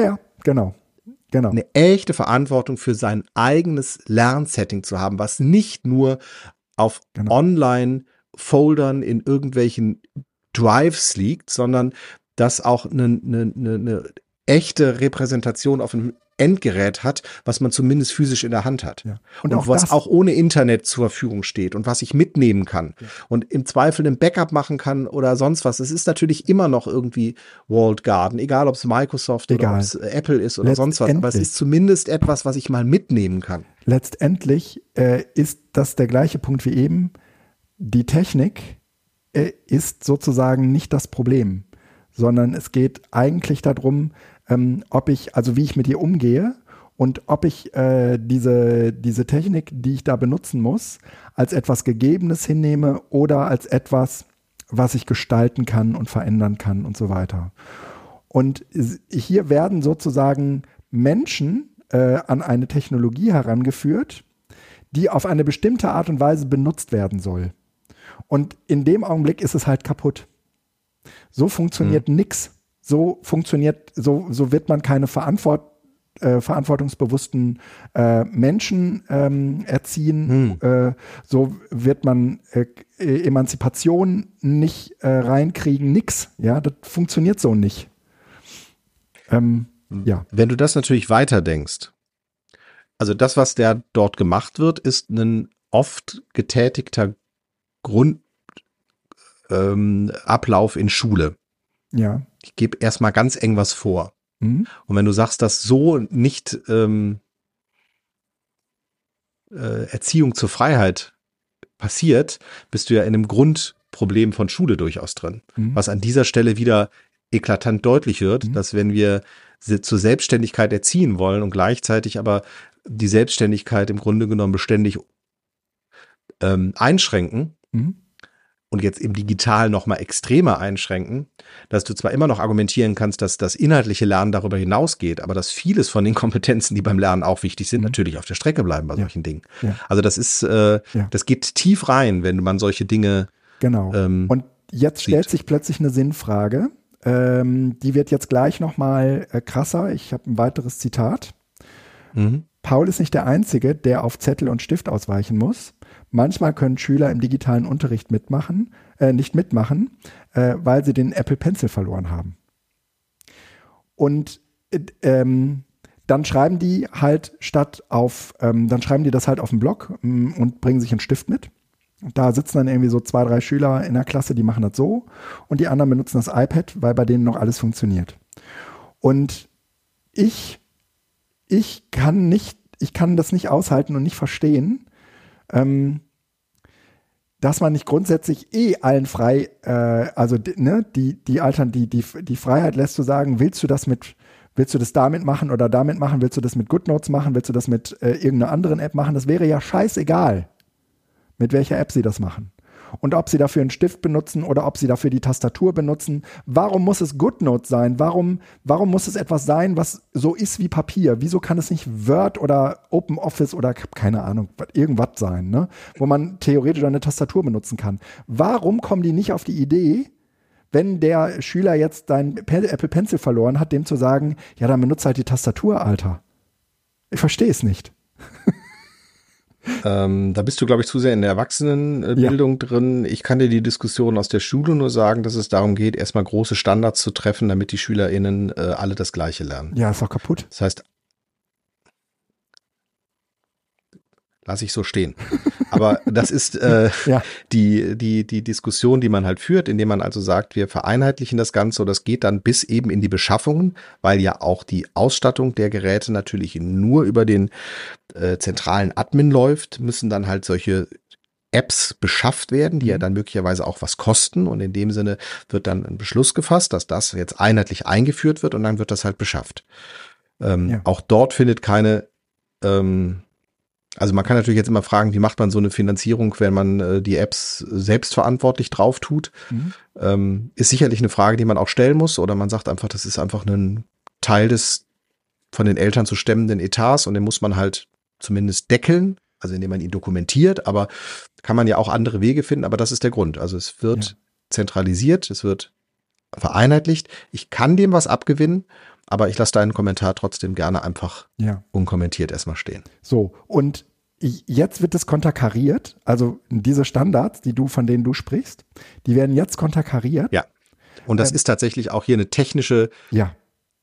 genau, genau. Eine echte Verantwortung für sein eigenes Lernsetting zu haben, was nicht nur auf genau. Online-Foldern in irgendwelchen Drives liegt, sondern dass auch eine, eine, eine echte Repräsentation auf einem Endgerät hat, was man zumindest physisch in der Hand hat. Ja. Und, und auch was das, auch ohne Internet zur Verfügung steht und was ich mitnehmen kann. Ja. Und im Zweifel ein Backup machen kann oder sonst was. Es ist natürlich immer noch irgendwie Walled Garden, egal ob es Microsoft egal. oder ob es Apple ist oder sonst was. Aber es ist zumindest etwas, was ich mal mitnehmen kann. Letztendlich äh, ist das der gleiche Punkt wie eben. Die Technik äh, ist sozusagen nicht das Problem, sondern es geht eigentlich darum, ähm, ob ich, also wie ich mit ihr umgehe und ob ich äh, diese, diese Technik, die ich da benutzen muss, als etwas Gegebenes hinnehme oder als etwas, was ich gestalten kann und verändern kann und so weiter. Und hier werden sozusagen Menschen äh, an eine Technologie herangeführt, die auf eine bestimmte Art und Weise benutzt werden soll. Und in dem Augenblick ist es halt kaputt. So funktioniert mhm. nix. So funktioniert, so, so wird man keine Verantwort, äh, verantwortungsbewussten äh, Menschen ähm, erziehen. Hm. Äh, so wird man äh, Emanzipation nicht äh, reinkriegen, nix. Ja, das funktioniert so nicht. Ähm, ja. Wenn du das natürlich weiterdenkst, also das, was der dort gemacht wird, ist ein oft getätigter Grundablauf ähm, in Schule. Ja. Ich gebe erstmal ganz eng was vor. Mhm. Und wenn du sagst, dass so nicht ähm, äh, Erziehung zur Freiheit passiert, bist du ja in einem Grundproblem von Schule durchaus drin. Mhm. Was an dieser Stelle wieder eklatant deutlich wird, mhm. dass wenn wir sie zur Selbstständigkeit erziehen wollen und gleichzeitig aber die Selbstständigkeit im Grunde genommen beständig ähm, einschränken, mhm. und jetzt im Digital noch mal extremer einschränken, dass du zwar immer noch argumentieren kannst, dass das inhaltliche Lernen darüber hinausgeht, aber dass vieles von den Kompetenzen, die beim Lernen auch wichtig sind, mhm. natürlich auf der Strecke bleiben bei ja. solchen Dingen. Ja. Also das ist, äh, ja. das geht tief rein, wenn man solche Dinge Genau. Ähm, und jetzt sieht. stellt sich plötzlich eine Sinnfrage, ähm, die wird jetzt gleich noch mal äh, krasser. Ich habe ein weiteres Zitat. Mhm. Paul ist nicht der Einzige, der auf Zettel und Stift ausweichen muss. Manchmal können Schüler im digitalen Unterricht mitmachen, äh, nicht mitmachen, äh, weil sie den Apple Pencil verloren haben. Und äh, ähm, dann schreiben die halt statt auf, ähm, dann schreiben die das halt auf den Blog ähm, und bringen sich einen Stift mit. Da sitzen dann irgendwie so zwei, drei Schüler in der Klasse, die machen das so und die anderen benutzen das iPad, weil bei denen noch alles funktioniert. Und ich, ich kann nicht, ich kann das nicht aushalten und nicht verstehen, Ähm, dass man nicht grundsätzlich eh allen frei, äh, also ne, die die Altern, die die die Freiheit lässt zu sagen, willst du das mit, willst du das damit machen oder damit machen, willst du das mit GoodNotes machen, willst du das mit äh, irgendeiner anderen App machen, das wäre ja scheißegal, mit welcher App sie das machen. Und ob sie dafür einen Stift benutzen oder ob sie dafür die Tastatur benutzen. Warum muss es GoodNotes sein? Warum, warum muss es etwas sein, was so ist wie Papier? Wieso kann es nicht Word oder OpenOffice oder keine Ahnung, irgendwas sein, ne? Wo man theoretisch eine Tastatur benutzen kann? Warum kommen die nicht auf die Idee, wenn der Schüler jetzt deinen Apple Pencil verloren hat, dem zu sagen, ja, dann benutzt halt die Tastatur, Alter. Ich verstehe es nicht. Ähm, da bist du, glaube ich, zu sehr in der Erwachsenenbildung ja. drin. Ich kann dir die Diskussion aus der Schule nur sagen, dass es darum geht, erstmal große Standards zu treffen, damit die SchülerInnen äh, alle das Gleiche lernen. Ja, ist doch kaputt. Das heißt, lass ich so stehen. Aber das ist äh, ja. die, die, die Diskussion, die man halt führt, indem man also sagt, wir vereinheitlichen das Ganze und das geht dann bis eben in die Beschaffungen, weil ja auch die Ausstattung der Geräte natürlich nur über den äh, zentralen Admin läuft, müssen dann halt solche Apps beschafft werden, die mhm. ja dann möglicherweise auch was kosten und in dem Sinne wird dann ein Beschluss gefasst, dass das jetzt einheitlich eingeführt wird und dann wird das halt beschafft. Ähm, ja. Auch dort findet keine ähm, Also man kann natürlich jetzt immer fragen, wie macht man so eine Finanzierung, wenn man äh, die Apps selbstverantwortlich drauf tut. Mhm. Ähm, ist sicherlich eine Frage, die man auch stellen muss. Oder man sagt einfach, das ist einfach ein Teil des von den Eltern zu stemmenden Etats und den muss man halt zumindest deckeln, also indem man ihn dokumentiert. Aber kann man ja auch andere Wege finden. Aber das ist der Grund. Also es wird ja. zentralisiert, es wird vereinheitlicht. Ich kann dem was abgewinnen, Aber ich lasse deinen Kommentar trotzdem gerne einfach ja. unkommentiert erstmal stehen. So, und jetzt wird es konterkariert, also diese Standards, die du, von denen du sprichst, die werden jetzt konterkariert. Ja, und das ähm, ist tatsächlich auch hier eine technische ja.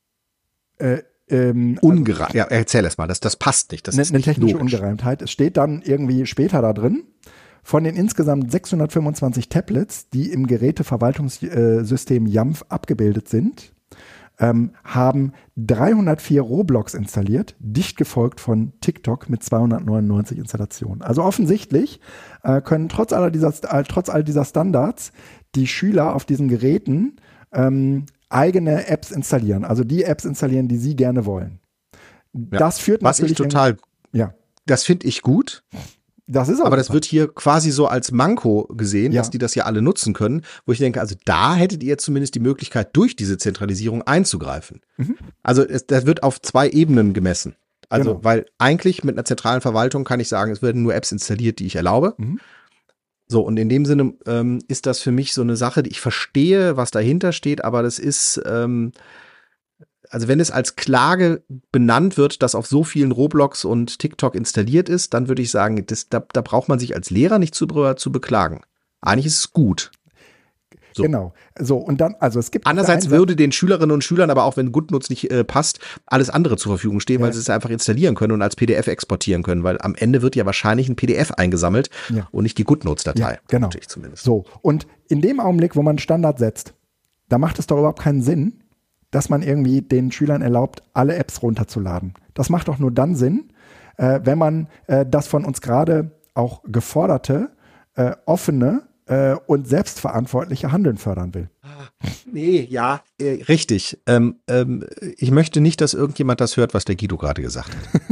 Äh, ähm, Ungereimtheit. Ja, erzähl es mal, das, das passt nicht. Das eine, ist nicht eine technische logisch. Ungereimtheit. Es steht dann irgendwie später da drin, von den insgesamt sechshundertfünfundzwanzig Tablets, die im Geräteverwaltungssystem YAMF abgebildet sind, ähm, haben dreihundertvier Roblox installiert, dicht gefolgt von TikTok mit zweihundertneunundneunzig Installationen. Also offensichtlich äh, können trotz aller dieser, äh, trotz all dieser Standards die Schüler auf diesen Geräten ähm, eigene Apps installieren, also die Apps installieren, die sie gerne wollen. Ja, das führt was natürlich ich total, in, ja. das finde ich gut. Das ist aber das wird hier quasi so als Manko gesehen, ja. dass die das ja alle nutzen können, wo ich denke, also da hättet ihr zumindest die Möglichkeit, durch diese Zentralisierung einzugreifen. Mhm. Also es, das wird auf zwei Ebenen gemessen. Also, genau. Weil eigentlich mit einer zentralen Verwaltung kann ich sagen, es werden nur Apps installiert, die ich erlaube. Mhm. So, und in dem Sinne ähm, ist das für mich so eine Sache, die ich verstehe, was dahinter steht, aber das ist, ähm, also wenn es als Klage benannt wird, dass auf so vielen Roblox und TikTok installiert ist, dann würde ich sagen, das, da, da braucht man sich als Lehrer nicht zu, zu beklagen. Eigentlich ist es gut. So. Genau. So, und dann, also es gibt. Andererseits würde den Schülerinnen und Schülern aber auch, wenn GoodNotes nicht äh, passt, alles andere zur Verfügung stehen, ja. weil sie es einfach installieren können und als P D F exportieren können, weil am Ende wird ja wahrscheinlich ein P D F eingesammelt ja. und nicht die GoodNotes-Datei. Ja, genau. Ich zumindest. So, und in dem Augenblick, wo man einen Standard setzt, da macht es doch überhaupt keinen Sinn, dass man irgendwie den Schülern erlaubt, alle Apps runterzuladen. Das macht doch nur dann Sinn, äh, wenn man äh, das von uns gerade auch geforderte, äh, offene äh, und selbstverantwortliche Handeln fördern will. Nee, ja, äh, richtig. Ähm, ähm, ich möchte nicht, dass irgendjemand das hört, was der Guido gerade gesagt hat.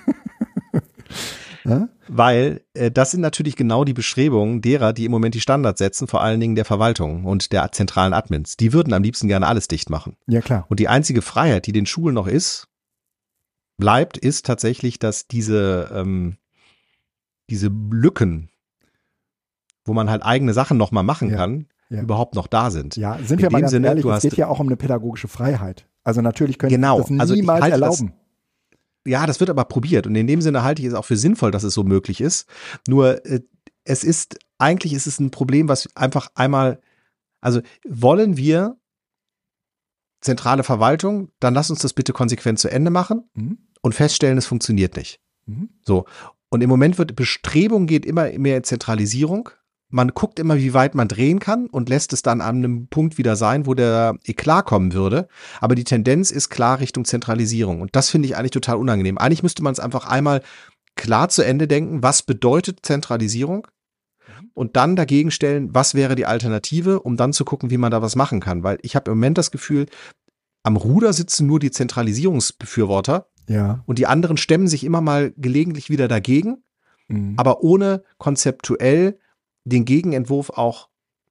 Ja? Weil äh, das sind natürlich genau die Bestrebungen derer, die im Moment die Standards setzen, vor allen Dingen der Verwaltung und der zentralen Admins. Die würden am liebsten gerne alles dicht machen. Ja, klar. Und die einzige Freiheit, die den Schulen noch ist, bleibt, ist tatsächlich, dass diese, ähm, diese Lücken, wo man halt eigene Sachen noch mal machen ja, kann, ja. überhaupt noch da sind. Ja, sind wir mal ganz Sinne, ehrlich, es geht ja auch um eine pädagogische Freiheit. Also natürlich können genau, wir das also niemals halt erlauben. Das, Ja, das wird aber probiert und in dem Sinne halte ich es auch für sinnvoll, dass es so möglich ist. Nur äh, es ist, eigentlich ist es ein Problem, was einfach einmal, also wollen wir zentrale Verwaltung, dann lass uns das bitte konsequent zu Ende machen mhm. und feststellen, es funktioniert nicht. Mhm. So. Und im Moment wird Bestrebung geht immer mehr in Zentralisierung. Man guckt immer, wie weit man drehen kann und lässt es dann an einem Punkt wieder sein, wo der Eklat kommen würde. Aber die Tendenz ist klar Richtung Zentralisierung. Und das finde ich eigentlich total unangenehm. Eigentlich müsste man es einfach einmal klar zu Ende denken, was bedeutet Zentralisierung? Und dann dagegen stellen, was wäre die Alternative, um dann zu gucken, wie man da was machen kann. Weil ich habe im Moment das Gefühl, am Ruder sitzen nur die Zentralisierungsbefürworter. Ja. Und die anderen stemmen sich immer mal gelegentlich wieder dagegen, mhm. aber ohne konzeptuell den Gegenentwurf auch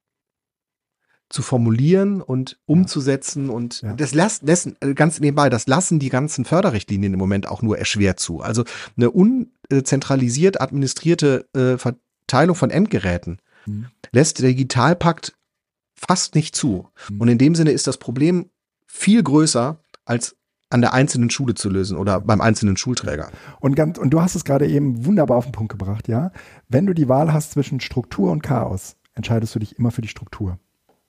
zu formulieren und umzusetzen. Und ja. das lassen, lassen, ganz nebenbei, das lassen die ganzen Förderrichtlinien im Moment auch nur erschwert zu. Also eine unzentralisiert administrierte äh, Verteilung von Endgeräten mhm. lässt der Digitalpakt fast nicht zu. Mhm. Und in dem Sinne ist das Problem viel größer als an der einzelnen Schule zu lösen oder beim einzelnen Schulträger. Und, ganz, und du hast es gerade eben wunderbar auf den Punkt gebracht, ja. Wenn du die Wahl hast zwischen Struktur und Chaos, entscheidest du dich immer für die Struktur.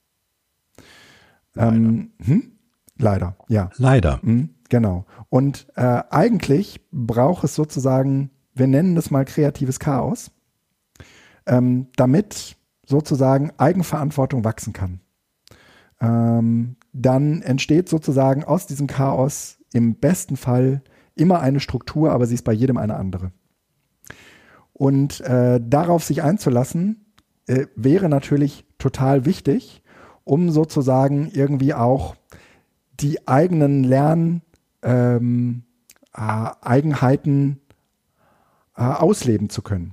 Leider. Ähm, hm? Leider, ja. Leider. Mhm, genau. Und äh, eigentlich braucht es sozusagen, wir nennen das mal kreatives Chaos, ähm, damit sozusagen Eigenverantwortung wachsen kann. Ähm, dann entsteht sozusagen aus diesem Chaos im besten Fall immer eine Struktur, aber sie ist bei jedem eine andere. Und äh, darauf sich einzulassen, äh, wäre natürlich total wichtig, um sozusagen irgendwie auch die eigenen Lern ähm, äh, Eigenheiten äh, ausleben zu können.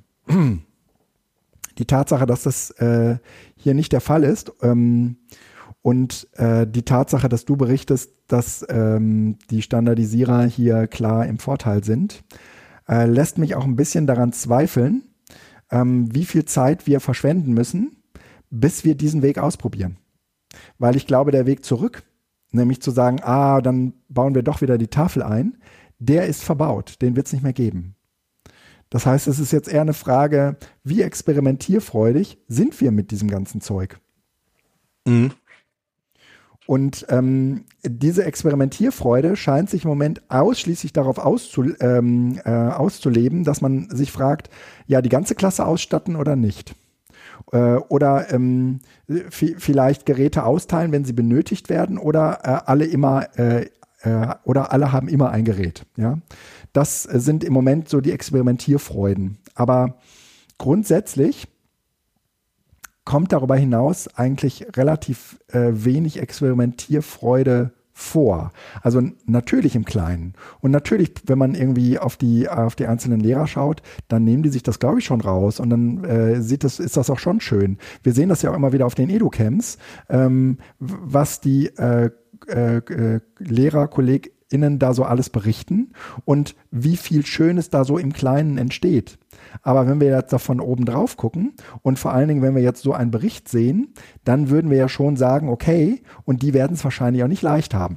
Die Tatsache, dass das äh, hier nicht der Fall ist, ähm, und äh, die Tatsache, dass du berichtest, dass ähm, die Standardisierer hier klar im Vorteil sind, äh, lässt mich auch ein bisschen daran zweifeln, ähm, wie viel Zeit wir verschwenden müssen, bis wir diesen Weg ausprobieren. Weil ich glaube, der Weg zurück, nämlich zu sagen, ah, dann bauen wir doch wieder die Tafel ein, der ist verbaut, den wird es nicht mehr geben. Das heißt, es ist jetzt eher eine Frage, wie experimentierfreudig sind wir mit diesem ganzen Zeug? Mhm. Und ähm, diese Experimentierfreude scheint sich im Moment ausschließlich darauf auszu, ähm, äh, auszuleben, dass man sich fragt, ja, die ganze Klasse ausstatten oder nicht? Äh, oder ähm, f- vielleicht Geräte austeilen, wenn sie benötigt werden, oder äh, alle immer äh, äh, oder alle haben immer ein Gerät. Ja? Das sind im Moment so die Experimentierfreuden. Aber grundsätzlich kommt darüber hinaus eigentlich relativ äh, wenig Experimentierfreude vor. Also natürlich im Kleinen. Und natürlich, wenn man irgendwie auf die, auf die einzelnen Lehrer schaut, dann nehmen die sich das, glaube ich, schon raus. Und dann äh, sieht das, ist das auch schon schön. Wir sehen das ja auch immer wieder auf den Edu-Camps, ähm, was die äh, äh, äh, Lehrer, KollegInnen da so alles berichten und wie viel Schönes da so im Kleinen entsteht. Aber wenn wir jetzt da von oben drauf gucken und vor allen Dingen, wenn wir jetzt so einen Bericht sehen, dann würden wir ja schon sagen, okay, und die werden es wahrscheinlich auch nicht leicht haben.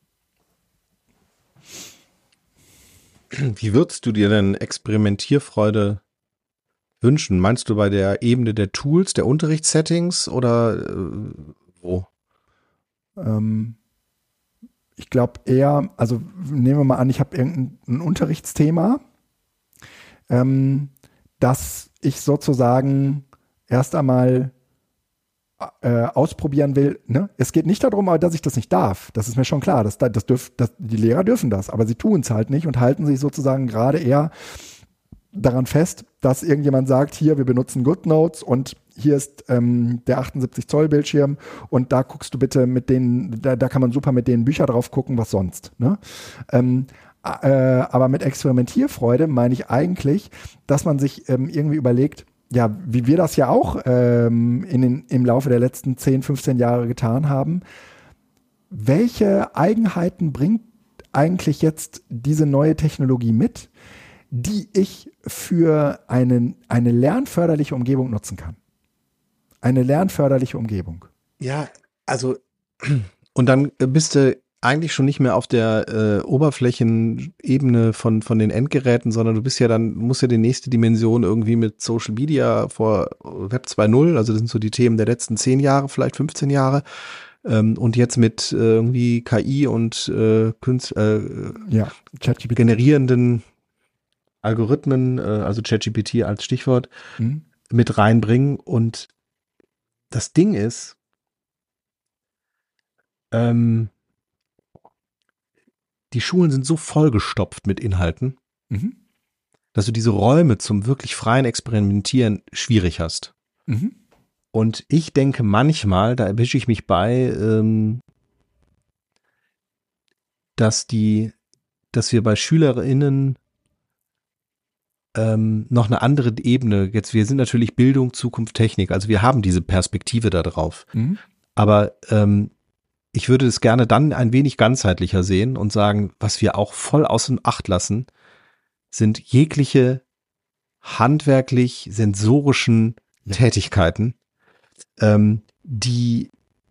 Wie würdest du dir denn Experimentierfreude wünschen? Meinst du bei der Ebene der Tools, der Unterrichtssettings oder äh, wo? Ähm, ich glaube eher, also nehmen wir mal an, ich habe irgendein Unterrichtsthema, ähm, dass ich sozusagen erst einmal äh, ausprobieren will. Ne? Es geht nicht darum, dass ich das nicht darf. Das ist mir schon klar. Das, das dürf, das, die Lehrer dürfen das, aber sie tun es halt nicht und halten sich sozusagen gerade eher daran fest, dass irgendjemand sagt, hier, wir benutzen GoodNotes und hier ist ähm, der achtundsiebzig Zoll Bildschirm und da guckst du bitte mit denen, da, da kann man super mit denen Bücher drauf gucken, was sonst. Ne? Ähm, äh, aber mit Experimentierfreude meine ich eigentlich, dass man sich ähm, irgendwie überlegt, ja, wie wir das ja auch ähm, in den, im Laufe der letzten zehn, fünfzehn Jahre getan haben, welche Eigenheiten bringt eigentlich jetzt diese neue Technologie mit, die ich für einen, eine lernförderliche Umgebung nutzen kann? Eine lernförderliche Umgebung. Ja, also und dann bist du eigentlich schon nicht mehr auf der äh, Oberflächenebene von, von den Endgeräten, sondern du bist ja dann, musst ja die nächste Dimension irgendwie mit Social Media vor Web zwei Punkt null, also das sind so die Themen der letzten zehn Jahre, vielleicht fünfzehn Jahre, ähm, und jetzt mit äh, irgendwie K I und äh, Künst, äh, ja, generierenden Algorithmen, äh, also ChatGPT als Stichwort, mhm. mit reinbringen. Und das Ding ist, ähm, die Schulen sind so vollgestopft mit Inhalten, Mhm. dass du diese Räume zum wirklich freien Experimentieren schwierig hast. Mhm. Und ich denke manchmal, da erwische ich mich bei, ähm, dass die, dass wir bei SchülerInnen ähm, noch eine andere Ebene, jetzt wir sind natürlich Bildung, Zukunft, Technik, also wir haben diese Perspektive da drauf. Mhm. Aber ähm, ich würde es gerne dann ein wenig ganzheitlicher sehen und sagen, was wir auch voll außen Acht lassen, sind jegliche handwerklich sensorischen Ja. Tätigkeiten, ähm, die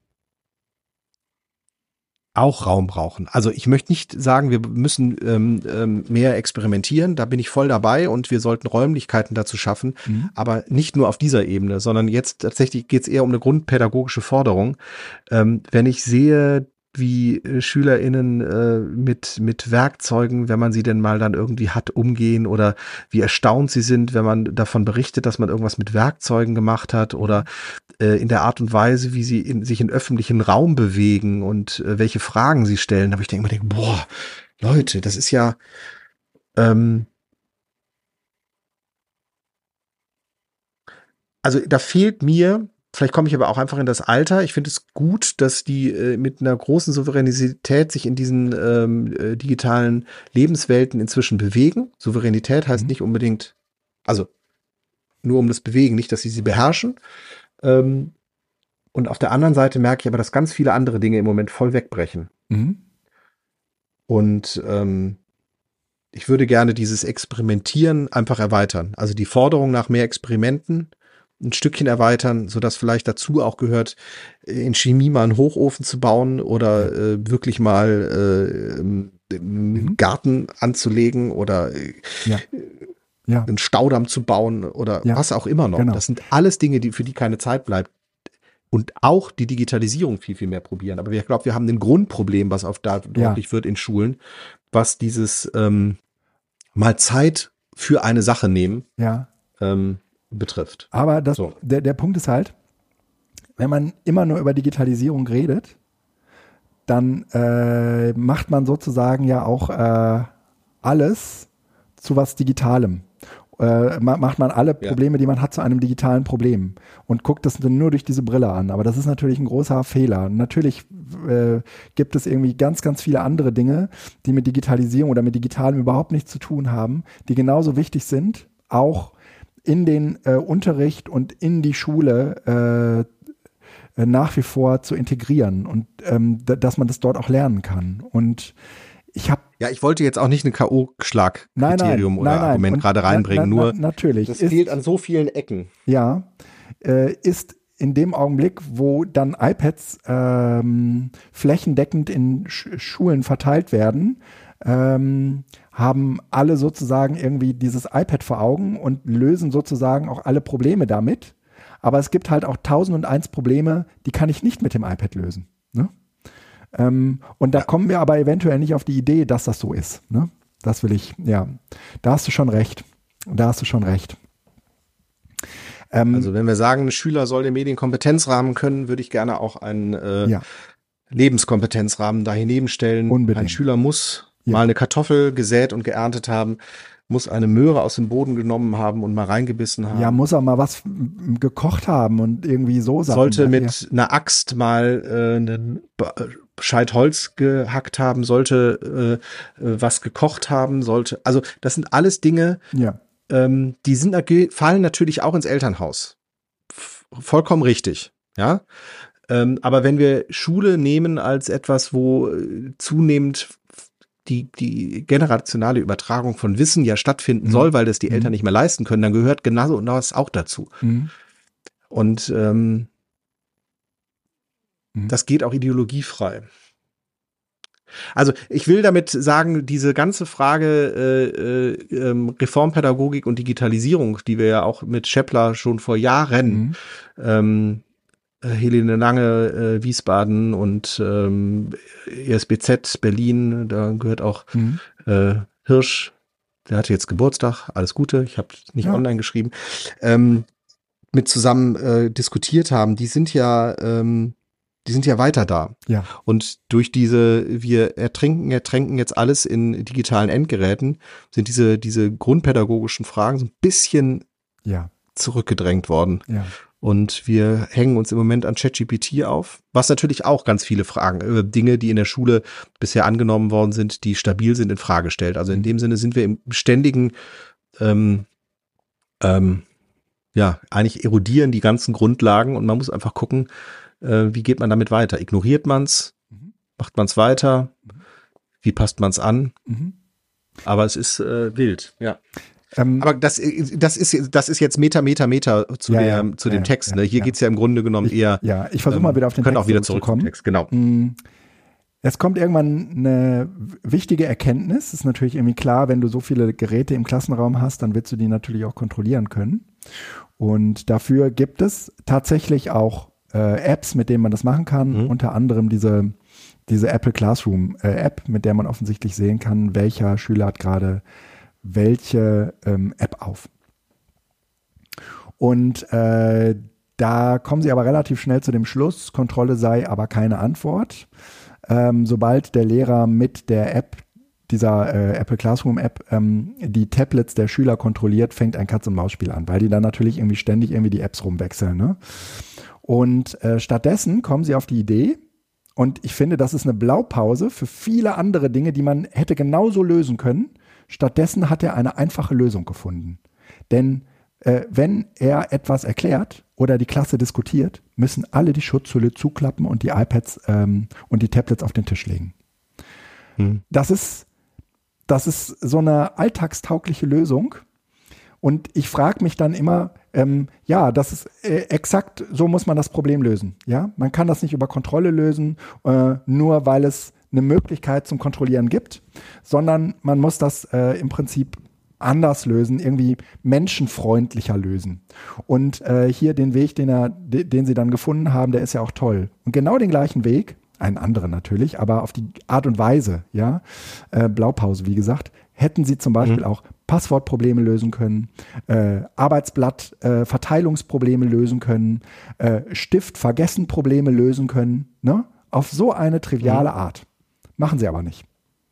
auch Raum brauchen. Also ich möchte nicht sagen, wir müssen ähm, ähm, mehr experimentieren, da bin ich voll dabei und wir sollten Räumlichkeiten dazu schaffen, Mhm. aber nicht nur auf dieser Ebene, sondern jetzt tatsächlich geht es eher um eine grundpädagogische Forderung. Ähm, wenn ich sehe, wie äh, SchülerInnen äh, mit, mit Werkzeugen, wenn man sie denn mal dann irgendwie hat, umgehen oder wie erstaunt sie sind, wenn man davon berichtet, dass man irgendwas mit Werkzeugen gemacht hat oder äh, in der Art und Weise, wie sie in, sich in öffentlichen Raum bewegen und äh, welche Fragen sie stellen. Da habe ich denke, denke, boah, Leute, das ist ja ähm, also da fehlt mir, vielleicht komme ich aber auch einfach in das Alter. Ich finde es gut, dass die äh, mit einer großen Souveränität sich in diesen ähm, äh, digitalen Lebenswelten inzwischen bewegen. Souveränität heißt Mhm. nicht unbedingt, also nur um das Bewegen, nicht, dass sie sie beherrschen. Ähm, und auf der anderen Seite merke ich aber, dass ganz viele andere Dinge im Moment voll wegbrechen. Mhm. Und ähm, ich würde gerne dieses Experimentieren einfach erweitern. Also die Forderung nach mehr Experimenten ein Stückchen erweitern, sodass vielleicht dazu auch gehört, in Chemie mal einen Hochofen zu bauen oder äh, wirklich mal äh, einen mhm. Garten anzulegen oder ja. Ja. einen Staudamm zu bauen oder ja. was auch immer noch. Genau. Das sind alles Dinge, die, für die keine Zeit bleibt. Und auch die Digitalisierung viel, viel mehr probieren. Aber ich glaube, wir haben ein Grundproblem, was auf da deutlich ja. wird in Schulen, was dieses ähm, mal Zeit für eine Sache nehmen ja. ähm, betrifft. Aber das, so. der, der Punkt ist halt, wenn man immer nur über Digitalisierung redet, dann äh, macht man sozusagen ja auch äh, alles zu was Digitalem. Äh, macht man alle Probleme, ja. die man hat, zu einem digitalen Problem und guckt das nur durch diese Brille an. Aber das ist natürlich ein großer Fehler. Natürlich äh, gibt es irgendwie ganz, ganz viele andere Dinge, die mit Digitalisierung oder mit Digitalem überhaupt nichts zu tun haben, die genauso wichtig sind, auch in den äh, Unterricht und in die Schule äh, nach wie vor zu integrieren und ähm, d- dass man das dort auch lernen kann. Und ich habe Ja, ich wollte jetzt auch nicht ein K O-Schlag-Kriterium oder nein, nein. Argument gerade reinbringen, na, na, nur natürlich. das ist, fehlt an so vielen Ecken. Ja, äh, ist in dem Augenblick, wo dann iPads ähm, flächendeckend in Sch- Schulen verteilt werden, ähm, haben alle sozusagen irgendwie dieses iPad vor Augen und lösen sozusagen auch alle Probleme damit. Aber es gibt halt auch tausend und eins Probleme, die kann ich nicht mit dem iPad lösen. Ne? Ähm, und da ja. kommen wir aber eventuell nicht auf die Idee, dass das so ist. Ne? Das will ich, ja, da hast du schon recht. Da hast du schon recht. Ähm, also wenn wir sagen, ein Schüler soll den Medienkompetenzrahmen können, würde ich gerne auch einen äh, ja. Lebenskompetenzrahmen daneben stellen. Unbedingt. Ein Schüler muss ja. mal eine Kartoffel gesät und geerntet haben, muss eine Möhre aus dem Boden genommen haben und mal reingebissen haben. Ja, muss er mal was gekocht haben und irgendwie so Sachen. Sollte mit ja. einer Axt mal äh, einen Scheit Holz gehackt haben, sollte äh, was gekocht haben, sollte, also das sind alles Dinge, ja. ähm, die sind fallen natürlich auch ins Elternhaus. F- vollkommen richtig, ja. Ähm, aber wenn wir Schule nehmen als etwas, wo äh, zunehmend die, die generationale Übertragung von Wissen ja stattfinden mhm. soll, weil das die Eltern mhm. nicht mehr leisten können, dann gehört genau das auch dazu. Mhm. Und ähm, mhm. das geht auch ideologiefrei. Also ich will damit sagen, diese ganze Frage äh, äh, Reformpädagogik und Digitalisierung, die wir ja auch mit Scheppler schon vor Jahren mhm. ähm, Helene Lange, äh, Wiesbaden und ähm, E S B Z Berlin, da gehört auch mhm. äh, Hirsch, der hatte jetzt Geburtstag, alles Gute, ich habe nicht ja. online geschrieben, ähm, mit zusammen äh, diskutiert haben, die sind ja ähm, die sind ja weiter da. Ja. Und durch diese, wir ertrinken, ertränken jetzt alles in digitalen Endgeräten, sind diese, diese grundpädagogischen Fragen so ein bisschen ja. zurückgedrängt worden. Ja. Und wir hängen uns im Moment an ChatGPT auf, was natürlich auch ganz viele Fragen, äh, Dinge, die in der Schule bisher angenommen worden sind, die stabil sind, in Frage stellt. Also in dem Sinne sind wir im ständigen, ähm, ähm, ja, eigentlich erodieren die ganzen Grundlagen und man muss einfach gucken, äh, wie geht man damit weiter? Ignoriert man's? Mhm. Macht man's weiter? Mhm. Wie passt man's an? Mhm. Aber es ist äh, wild, ja. Ähm, Aber das, das ist, das ist jetzt Meta, Meta, Meta zu, ja, der, ja, zu ja, dem Text. Ja, ne? Hier ja. geht's ja im Grunde genommen ich, eher. Ja, ich versuche mal wieder auf den Text Text auch wieder zurück zum Text, genau. Es kommt irgendwann eine wichtige Erkenntnis. Ist natürlich irgendwie klar, wenn du so viele Geräte im Klassenraum hast, dann willst du die natürlich auch kontrollieren können. Und dafür gibt es tatsächlich auch äh, Apps, mit denen man das machen kann. Mhm. Unter anderem diese, diese Apple Classroom äh, App, mit der man offensichtlich sehen kann, welcher Schüler hat gerade welche ähm, App auf. Und äh, da kommen sie aber relativ schnell zu dem Schluss, Kontrolle sei aber keine Antwort. Ähm, sobald der Lehrer mit der App, dieser äh, Apple Classroom App, ähm, die Tablets der Schüler kontrolliert, fängt ein Katz-und-Maus-Spiel an, weil die dann natürlich irgendwie ständig irgendwie die Apps rumwechseln. Ne? Und äh, stattdessen kommen sie auf die Idee, und ich finde, das ist eine Blaupause für viele andere Dinge, die man hätte genauso lösen können. Stattdessen hat er eine einfache Lösung gefunden. Denn äh, wenn er etwas erklärt oder die Klasse diskutiert, müssen alle die Schutzhülle zuklappen und die iPads ähm, und die Tablets auf den Tisch legen. Hm. Das ist, das ist so eine alltagstaugliche Lösung. Und ich frage mich dann immer, ähm, ja, das ist äh, exakt, so muss man das Problem lösen. Ja, man kann das nicht über Kontrolle lösen, äh, nur weil es eine Möglichkeit zum Kontrollieren gibt, sondern man muss das äh, im Prinzip anders lösen, irgendwie menschenfreundlicher lösen. Und äh, hier den Weg, den, er, den sie dann gefunden haben, der ist ja auch toll. Und genau den gleichen Weg, einen anderen natürlich, aber auf die Art und Weise, ja, äh, Blaupause, wie gesagt, hätten sie zum Beispiel mhm. auch Passwortprobleme lösen können, äh, Arbeitsblatt, äh, Verteilungsprobleme lösen können, äh, Stift-Vergessen-Probleme lösen können, ne? Auf so eine triviale mhm. Art. Machen sie aber nicht.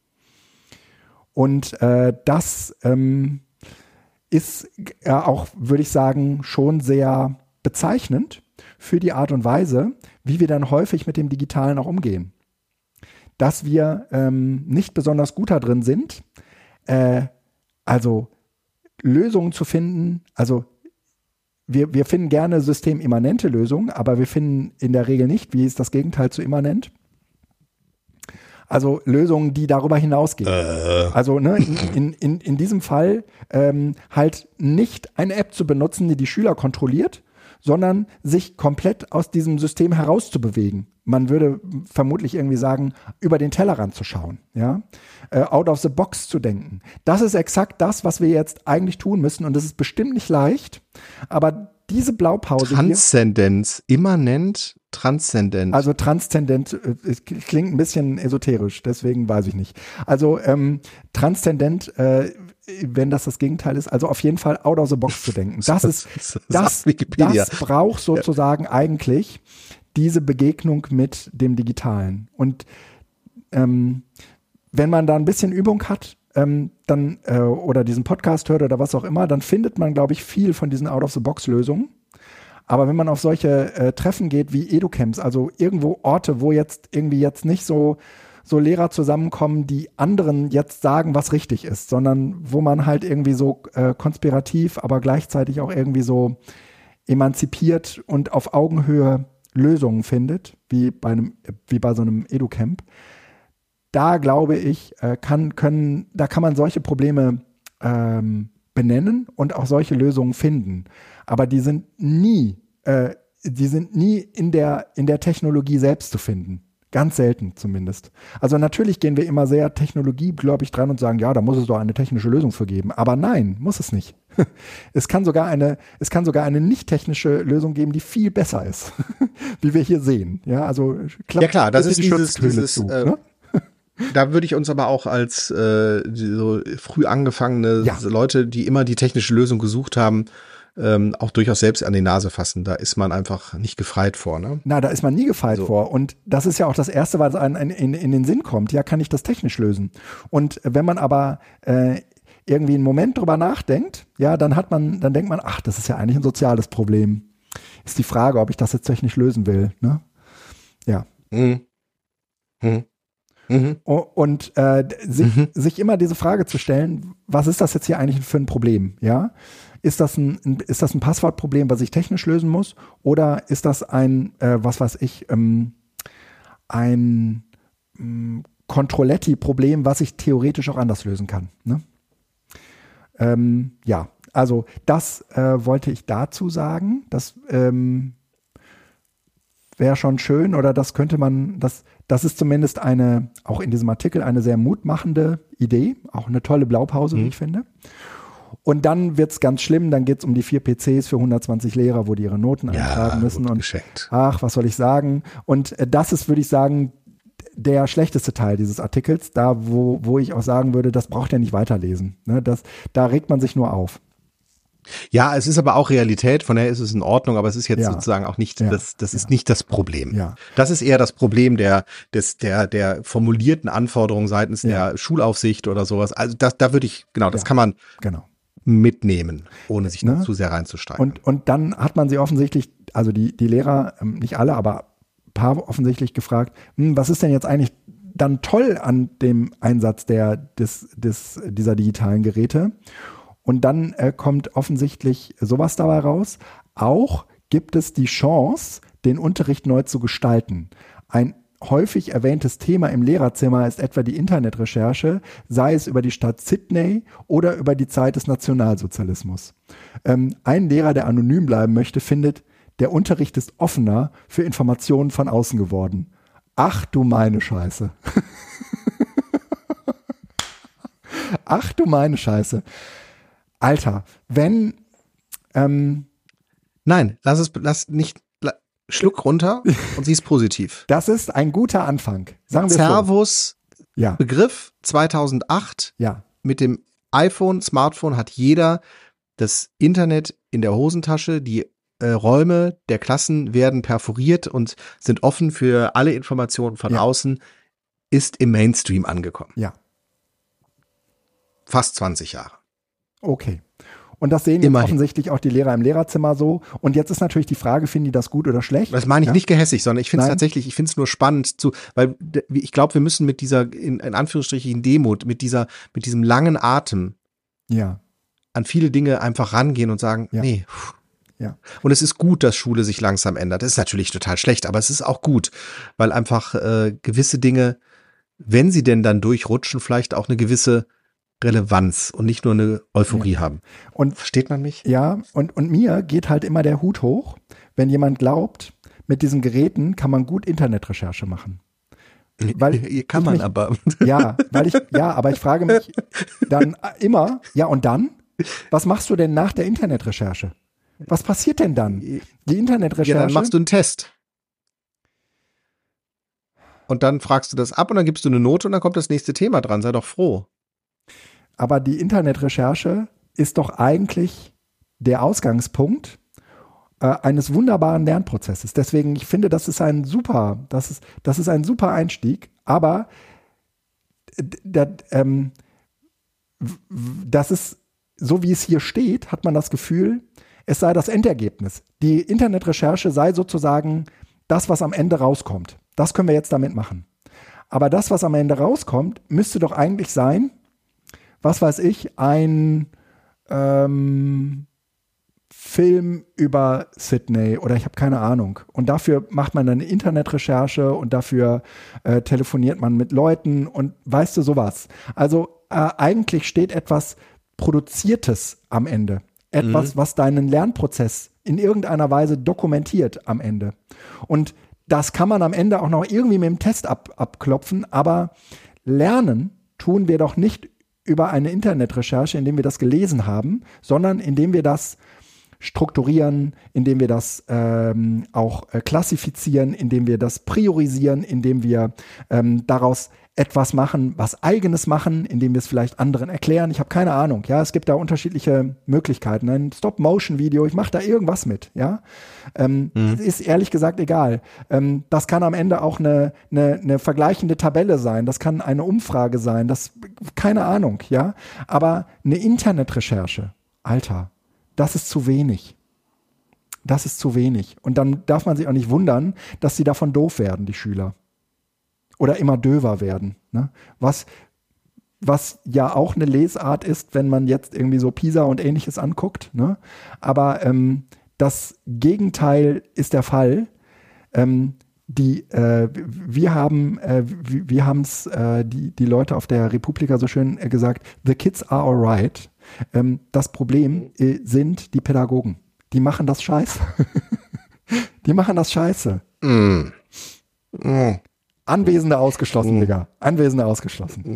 Und äh, das ähm, ist ja äh, auch, würde ich sagen, schon sehr bezeichnend für die Art und Weise, wie wir dann häufig mit dem Digitalen auch umgehen. Dass wir ähm, nicht besonders gut da drin sind, äh, also Lösungen zu finden, also wir, wir finden gerne systemimmanente Lösungen, aber wir finden in der Regel nicht, wie ist das Gegenteil zu immanent? Also Lösungen, die darüber hinausgehen. Äh. Also ne, in, in, in diesem Fall ähm, halt nicht eine App zu benutzen, die die Schüler kontrolliert, sondern sich komplett aus diesem System herauszubewegen. Man würde vermutlich irgendwie sagen, über den Tellerrand zu schauen, ja, äh, out of the box zu denken. Das ist exakt das, was wir jetzt eigentlich tun müssen, und das ist bestimmt nicht leicht, aber diese Blaupause Transzendenz, hier, immanent, transzendent. Also transzendent, äh, klingt ein bisschen esoterisch, deswegen weiß ich nicht. Also ähm, transzendent, äh, wenn das das Gegenteil ist, also auf jeden Fall out of the box zu denken. Das ist, das, das braucht sozusagen ja. eigentlich diese Begegnung mit dem Digitalen. Und ähm, wenn man da ein bisschen Übung hat, ähm, dann äh, oder diesen Podcast hört oder was auch immer, dann findet man, glaube ich, viel von diesen Out-of-the-Box-Lösungen. Aber wenn man auf solche äh, Treffen geht wie Educamps, also irgendwo Orte, wo jetzt irgendwie jetzt nicht so, so Lehrer zusammenkommen, die anderen jetzt sagen, was richtig ist, sondern wo man halt irgendwie so äh, konspirativ, aber gleichzeitig auch irgendwie so emanzipiert und auf Augenhöhe Lösungen findet, wie bei einem, wie bei so einem Educamp. Da glaube ich, äh, kann, können, da kann man solche Probleme ähm, benennen und auch solche Lösungen finden. Aber die sind nie, äh, die sind nie in der, in der Technologie selbst zu finden. Ganz selten zumindest. Also natürlich gehen wir immer sehr technologiegläubig dran und sagen, ja, da muss es doch eine technische Lösung für geben. Aber nein, muss es nicht. Es kann sogar eine, es kann sogar eine nicht technische Lösung geben, die viel besser ist, wie wir hier sehen. Ja, also ja klar, das ist die dieses, dieses zu, äh, ne? Da würde ich uns aber auch als äh, so früh angefangene ja. Leute, die immer die technische Lösung gesucht haben, ähm, auch durchaus selbst an die Nase fassen. Da ist man einfach nicht gefeit vor. Ne? Na, da ist man nie gefeit so. vor. Und das ist ja auch das Erste, was einem in, in den Sinn kommt. Ja, kann ich das technisch lösen? Und wenn man aber äh, irgendwie einen Moment drüber nachdenkt, ja, dann hat man, dann denkt man, ach, das ist ja eigentlich ein soziales Problem. Ist die Frage, ob ich das jetzt technisch lösen will. Ne? Ja. Mhm. Mhm. Mhm. Und äh, sich, mhm. sich immer diese Frage zu stellen, was ist das jetzt hier eigentlich für ein Problem? Ja, ist das ein, ist das ein Passwortproblem, was ich technisch lösen muss? Oder ist das ein, äh, was weiß ich, ähm, ein ähm, Controletti-Problem, was ich theoretisch auch anders lösen kann? Ne? Ähm, ja, also das äh, wollte ich dazu sagen. Das ähm, wäre schon schön, oder das könnte man, das, das ist zumindest eine, auch in diesem Artikel, eine sehr mutmachende Idee, auch eine tolle Blaupause, mhm. wie ich finde. Und dann wird's ganz schlimm, dann geht's um die vier P Cs für hundertzwanzig Lehrer, wo die ihre Noten ja, eintragen müssen. Und geschenkt. Ach, was soll ich sagen? Und das ist, würde ich sagen, der schlechteste Teil dieses Artikels, da wo, wo ich auch sagen würde, das braucht ihr nicht weiterlesen. Ne, das, da regt man sich nur auf. Ja, es ist aber auch Realität, von daher ist es in Ordnung, aber es ist jetzt ja. sozusagen auch nicht, ja. das, das ist ja. nicht das Problem. Ja. Das ist eher das Problem der, des, der, der formulierten Anforderungen seitens ja. der Schulaufsicht oder sowas. Also das, da würde ich, genau, das ja. kann man genau. mitnehmen, ohne sich ne? zu sehr reinzusteigen. Und, und dann hat man sie offensichtlich, also die, die Lehrer, nicht alle, aber ein paar offensichtlich gefragt, hm, was ist denn jetzt eigentlich dann toll an dem Einsatz der, des, des, dieser digitalen Geräte? Und dann äh, kommt offensichtlich sowas dabei raus. Auch gibt es die Chance, den Unterricht neu zu gestalten. Ein häufig erwähntes Thema im Lehrerzimmer ist etwa die Internetrecherche, sei es über die Stadt Sydney oder über die Zeit des Nationalsozialismus. Ähm, ein Lehrer, der anonym bleiben möchte, findet, der Unterricht ist offener für Informationen von außen geworden. Ach du meine Scheiße. Ach du meine Scheiße. Alter, wenn ähm, Nein, lass es, lass nicht, la, schluck runter und sieh es positiv. Das ist ein guter Anfang. Sagen wir Servus, so. Ja. Begriff zweitausendacht. Ja. Mit dem iPhone, Smartphone hat jeder das Internet in der Hosentasche. Die äh, Räume der Klassen werden perforiert und sind offen für alle Informationen von ja. außen. Ist im Mainstream angekommen. Ja. Fast zwanzig Jahre. Okay. Und das sehen jetzt Immerhin. offensichtlich auch die Lehrer im Lehrerzimmer so. Und jetzt ist natürlich die Frage, finden die das gut oder schlecht? Das meine ich ja? nicht gehässig, sondern ich finde es Nein. tatsächlich, ich finde es nur spannend zu, weil ich glaube, wir müssen mit dieser, in, in Anführungsstrichen, Demut, mit dieser, mit diesem langen Atem ja. an viele Dinge einfach rangehen und sagen, ja. nee. Ja. Und es ist gut, dass Schule sich langsam ändert. Das ist natürlich total schlecht, aber es ist auch gut, weil einfach äh, gewisse Dinge, wenn sie denn dann durchrutschen, vielleicht auch eine gewisse Relevanz und nicht nur eine Euphorie ja. haben. Und versteht man mich? Ja, und, und mir geht halt immer der Hut hoch, wenn jemand glaubt, mit diesen Geräten kann man gut Internetrecherche machen. Weil kann man mich, aber. Ja, weil ich, ja, aber ich frage mich dann immer, ja und dann? Was machst du denn nach der Internetrecherche? Was passiert denn dann? Die Internetrecherche. Ja, dann machst du einen Test. Und dann fragst du das ab und dann gibst du eine Note und dann kommt das nächste Thema dran. Sei doch froh. Aber die Internetrecherche ist doch eigentlich der Ausgangspunkt äh, eines wunderbaren Lernprozesses. Deswegen, ich finde, das ist ein super, das ist, das ist ein super Einstieg. Aber das, ähm, das ist, so wie es hier steht, hat man das Gefühl, es sei das Endergebnis. Die Internetrecherche sei sozusagen das, was am Ende rauskommt. Das können wir jetzt damit machen. Aber das, was am Ende rauskommt, müsste doch eigentlich sein, was weiß ich, ein ähm, Film über Sydney oder ich habe keine Ahnung. Und dafür macht man eine Internetrecherche und dafür äh, telefoniert man mit Leuten und weißt du sowas. Also äh, eigentlich steht etwas Produziertes am Ende. Etwas, mhm. was deinen Lernprozess in irgendeiner Weise dokumentiert am Ende. Und das kann man am Ende auch noch irgendwie mit dem Test ab, abklopfen, aber lernen tun wir doch nicht über eine Internetrecherche, indem wir das gelesen haben, sondern indem wir das strukturieren, indem wir das ähm, auch äh, klassifizieren, indem wir das priorisieren, indem wir ähm, daraus etwas machen, was Eigenes machen, indem wir es vielleicht anderen erklären. Ich habe keine Ahnung. Ja, es gibt da unterschiedliche Möglichkeiten. Ein Stop-Motion-Video, ich mache da irgendwas mit. Ja, ähm, mhm. ist ehrlich gesagt egal. Ähm, das kann am Ende auch eine, eine, eine vergleichende Tabelle sein. Das kann eine Umfrage sein. Das keine Ahnung. Ja, aber eine Internetrecherche, Alter, das ist zu wenig. Das ist zu wenig. Und dann darf man sich auch nicht wundern, dass sie davon doof werden, die Schüler. Oder immer döver werden. Ne? Was, was ja auch eine Lesart ist, wenn man jetzt irgendwie so Pisa und Ähnliches anguckt. Ne? Aber ähm, das Gegenteil ist der Fall. Ähm, die, äh, wir haben äh, wir haben es, äh, die, die Leute auf der Republika so schön äh, gesagt, the kids are alright. Ähm, das Problem äh, sind die Pädagogen. Die machen das scheiße. Die machen das scheiße. Mm. Mm. Anwesende ausgeschlossen, mm. Digga. Anwesende ausgeschlossen.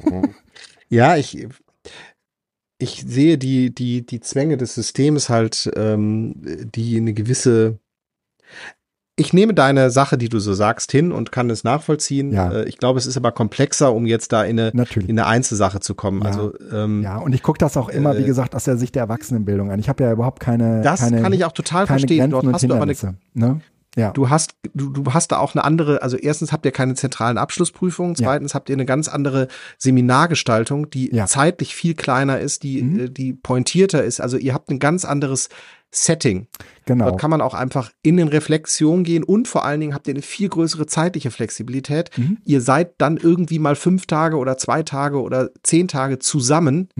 Ja, ich, ich sehe die, die, die Zwänge des Systems halt, ähm, die eine gewisse. Ich nehme deine Sache, die du so sagst, hin und kann es nachvollziehen. Ja. Ich glaube, es ist aber komplexer, um jetzt da in eine, in eine Einzelsache zu kommen. Ja. Also, ähm, ja, und ich gucke das auch immer, äh, wie gesagt, aus der Sicht der Erwachsenenbildung an. Ich habe ja überhaupt keine Das keine, kann ich auch total keine verstehen. Grenzen Dort hast und du aber Hindernisse. Ne? Ja. Du hast, du, du hast da auch eine andere, also erstens habt ihr keine zentralen Abschlussprüfungen, zweitens ja. habt ihr eine ganz andere Seminargestaltung, die ja. zeitlich viel kleiner ist, die, mhm. die pointierter ist. Also ihr habt ein ganz anderes Setting. Genau. Dort kann man auch einfach in den Reflexion gehen und vor allen Dingen habt ihr eine viel größere zeitliche Flexibilität. Mhm. Ihr seid dann irgendwie mal fünf Tage oder zwei Tage oder zehn Tage zusammen. Mhm.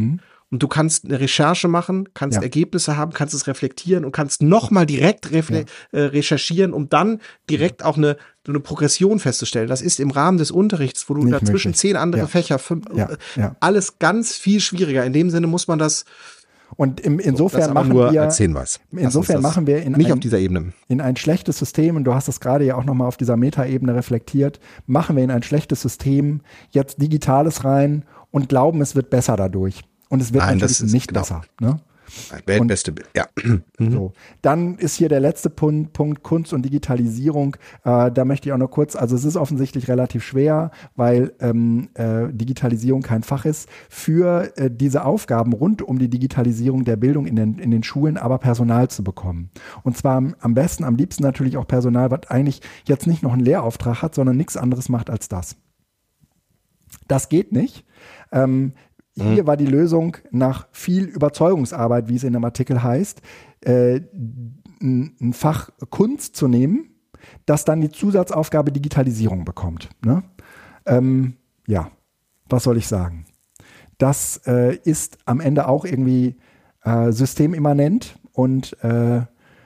und du kannst eine Recherche machen, kannst Ja. Ergebnisse haben, kannst es reflektieren und kannst nochmal direkt refle- äh, recherchieren, um dann direkt auch eine, eine Progression festzustellen. Das ist im Rahmen des Unterrichts, wo du Nicht dazwischen möglich. zehn andere Ja. Fächer, fünf, Ja, ja. alles ganz viel schwieriger. In dem Sinne muss man das Und im, insofern das aber machen nur wir, als Hinweis. Lass uns insofern das machen wir in nicht ein, auf dieser Ebene. in ein schlechtes System, und du hast es gerade ja auch nochmal auf dieser Metaebene reflektiert, machen wir in ein schlechtes System jetzt Digitales rein und glauben, es wird besser dadurch. Und es wird Nein, natürlich das ist nicht genau. besser. Ne? Weltbeste Bild, ja. So. Dann ist hier der letzte Punkt, Punkt Kunst und Digitalisierung. Äh, da möchte ich auch noch kurz, also es ist offensichtlich relativ schwer, weil ähm, äh, Digitalisierung kein Fach ist, für äh, diese Aufgaben rund um die Digitalisierung der Bildung in den, in den Schulen aber Personal zu bekommen. Und zwar am, am besten, am liebsten natürlich auch Personal, was eigentlich jetzt nicht noch einen Lehrauftrag hat, sondern nichts anderes macht als das. Das geht nicht. Ähm, Hier war die Lösung nach viel Überzeugungsarbeit, wie es in dem Artikel heißt, äh, ein Fach Kunst zu nehmen, das dann die Zusatzaufgabe Digitalisierung bekommt. Ne? Ähm, ja, was soll ich sagen? Das äh, ist am Ende auch irgendwie äh, systemimmanent und äh,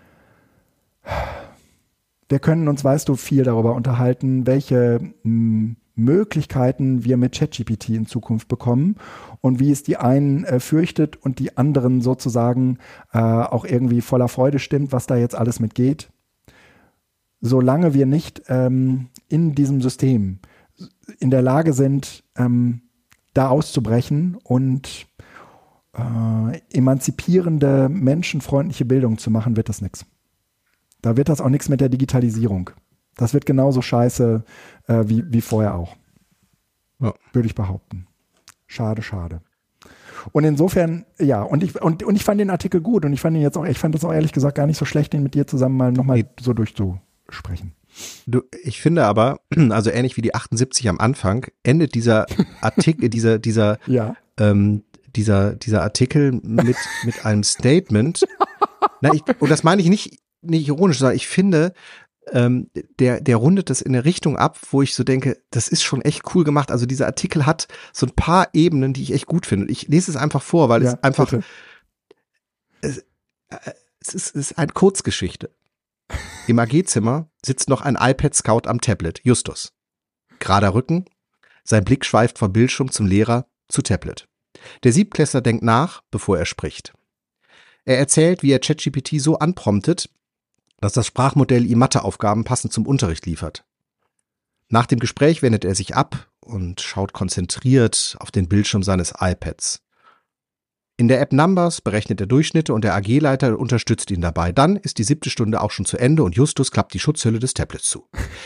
wir können uns, weißt du, viel darüber unterhalten, welche mh, Möglichkeiten wir mit ChatGPT in Zukunft bekommen und wie es die einen äh, fürchtet und die anderen sozusagen äh, auch irgendwie voller Freude stimmt, was da jetzt alles mitgeht. Solange wir nicht ähm, in diesem System in der Lage sind, ähm, da auszubrechen und äh, emanzipierende, menschenfreundliche Bildung zu machen, wird das nichts. Da wird das auch nichts mit der Digitalisierung. Das wird genauso scheiße äh, wie, wie vorher auch. Ja. Würde ich behaupten. Schade, schade. Und insofern, ja, und ich, und, und ich fand den Artikel gut und ich fand ihn jetzt auch, ich fand das auch ehrlich gesagt gar nicht so schlecht, den mit dir zusammen mal nochmal nee. so durchzusprechen. Du, ich finde aber, also ähnlich wie die achtundsiebzig am Anfang, endet dieser Artikel, dieser, dieser, ja. ähm, dieser, dieser Artikel mit, mit einem Statement. Na, ich, und das meine ich nicht, nicht ironisch, sondern ich finde, ähm, der, der rundet das in eine Richtung ab, wo ich so denke, das ist schon echt cool gemacht. Also dieser Artikel hat so ein paar Ebenen, die ich echt gut finde. Ich lese es einfach vor, weil ja, es einfach, es, es, ist, es ist eine Kurzgeschichte. Im A G-Zimmer sitzt noch ein iPad-Scout am Tablet, Justus. Gerader Rücken, sein Blick schweift vom Bildschirm zum Lehrer zu Tablet. Der Siebtklässler denkt nach, bevor er spricht. Er erzählt, wie er ChatGPT so anpromptet, dass das Sprachmodell ihm Matheaufgaben passend zum Unterricht liefert. Nach dem Gespräch wendet er sich ab und schaut konzentriert auf den Bildschirm seines iPads. In der App Numbers berechnet er Durchschnitte und der A G-Leiter unterstützt ihn dabei. Dann ist die siebte Stunde auch schon zu Ende und Justus klappt die Schutzhülle des Tablets zu.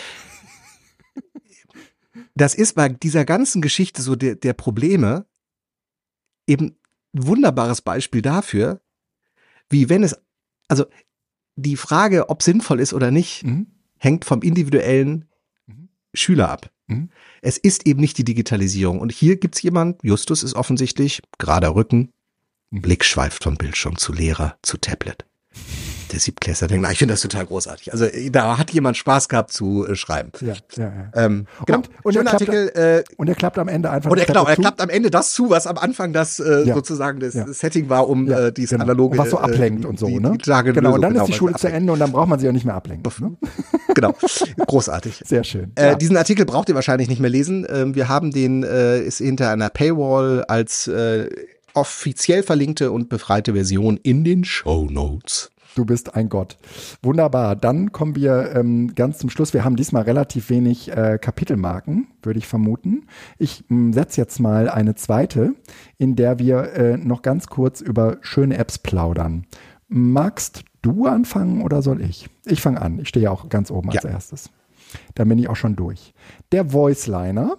Das ist bei dieser ganzen Geschichte so der, der Probleme eben ein wunderbares Beispiel dafür, wie wenn es, also die Frage, ob sinnvoll ist oder nicht, mhm. hängt vom individuellen mhm. Schüler ab. Mhm. Es ist eben nicht die Digitalisierung. Und hier gibt es jemanden, Justus ist offensichtlich, gerader Rücken, mhm. Blick schweift vom Bildschirm zu Lehrer, zu Tablet. Der Siebtklässler denkt, na, ich finde das total großartig. Also da hat jemand Spaß gehabt zu äh, schreiben. Ja, ja, ja. Ähm, genau. Und, und, er klappt, Artikel, äh, und er klappt am Ende einfach und er, genau, er klappt am Ende das zu, was am Anfang das äh, ja. sozusagen das ja. Setting war, um ja, äh, dieses genau. analoge, und was so ablenkt äh, und so, die, ne? Die, die genau, und dann ist die Schule zu Ende und dann braucht man sie auch nicht mehr ablenken. Ne? Genau, großartig. Sehr schön. Äh, ja. Diesen Artikel braucht ihr wahrscheinlich nicht mehr lesen. Ähm, wir haben den, äh, ist hinter einer Paywall als äh, offiziell verlinkte und befreite Version in den Shownotes. Du bist ein Gott. Wunderbar. Dann kommen wir ähm, ganz zum Schluss. Wir haben diesmal relativ wenig äh, Kapitelmarken, würde ich vermuten. Ich setze jetzt mal eine zweite, in der wir äh, noch ganz kurz über schöne Apps plaudern. Magst du anfangen oder soll ich? Ich fange an. Ich stehe ja auch ganz oben als ja. erstes. Dann bin ich auch schon durch. Der Voiceliner.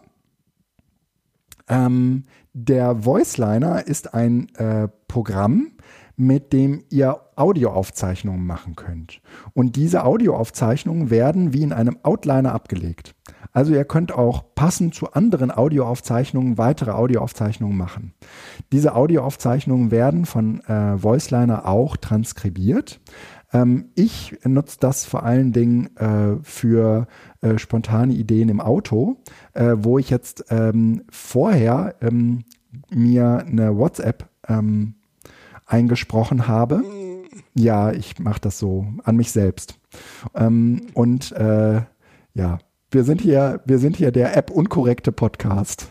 Ähm, der Voiceliner ist ein äh, Programm, mit dem ihr Audioaufzeichnungen machen könnt. Und diese Audioaufzeichnungen werden wie in einem Outliner abgelegt. Also ihr könnt auch passend zu anderen Audioaufzeichnungen weitere Audioaufzeichnungen machen. Diese Audioaufzeichnungen werden von äh, Voiceliner auch transkribiert. Ähm, ich nutze das vor allen Dingen äh, für äh, spontane Ideen im Auto, äh, wo ich jetzt ähm, vorher ähm, mir eine WhatsApp ähm, eingesprochen habe. Ja, ich mache das so an mich selbst. Ähm, und äh, ja, wir sind hier, wir sind hier der App-unkorrekte Podcast.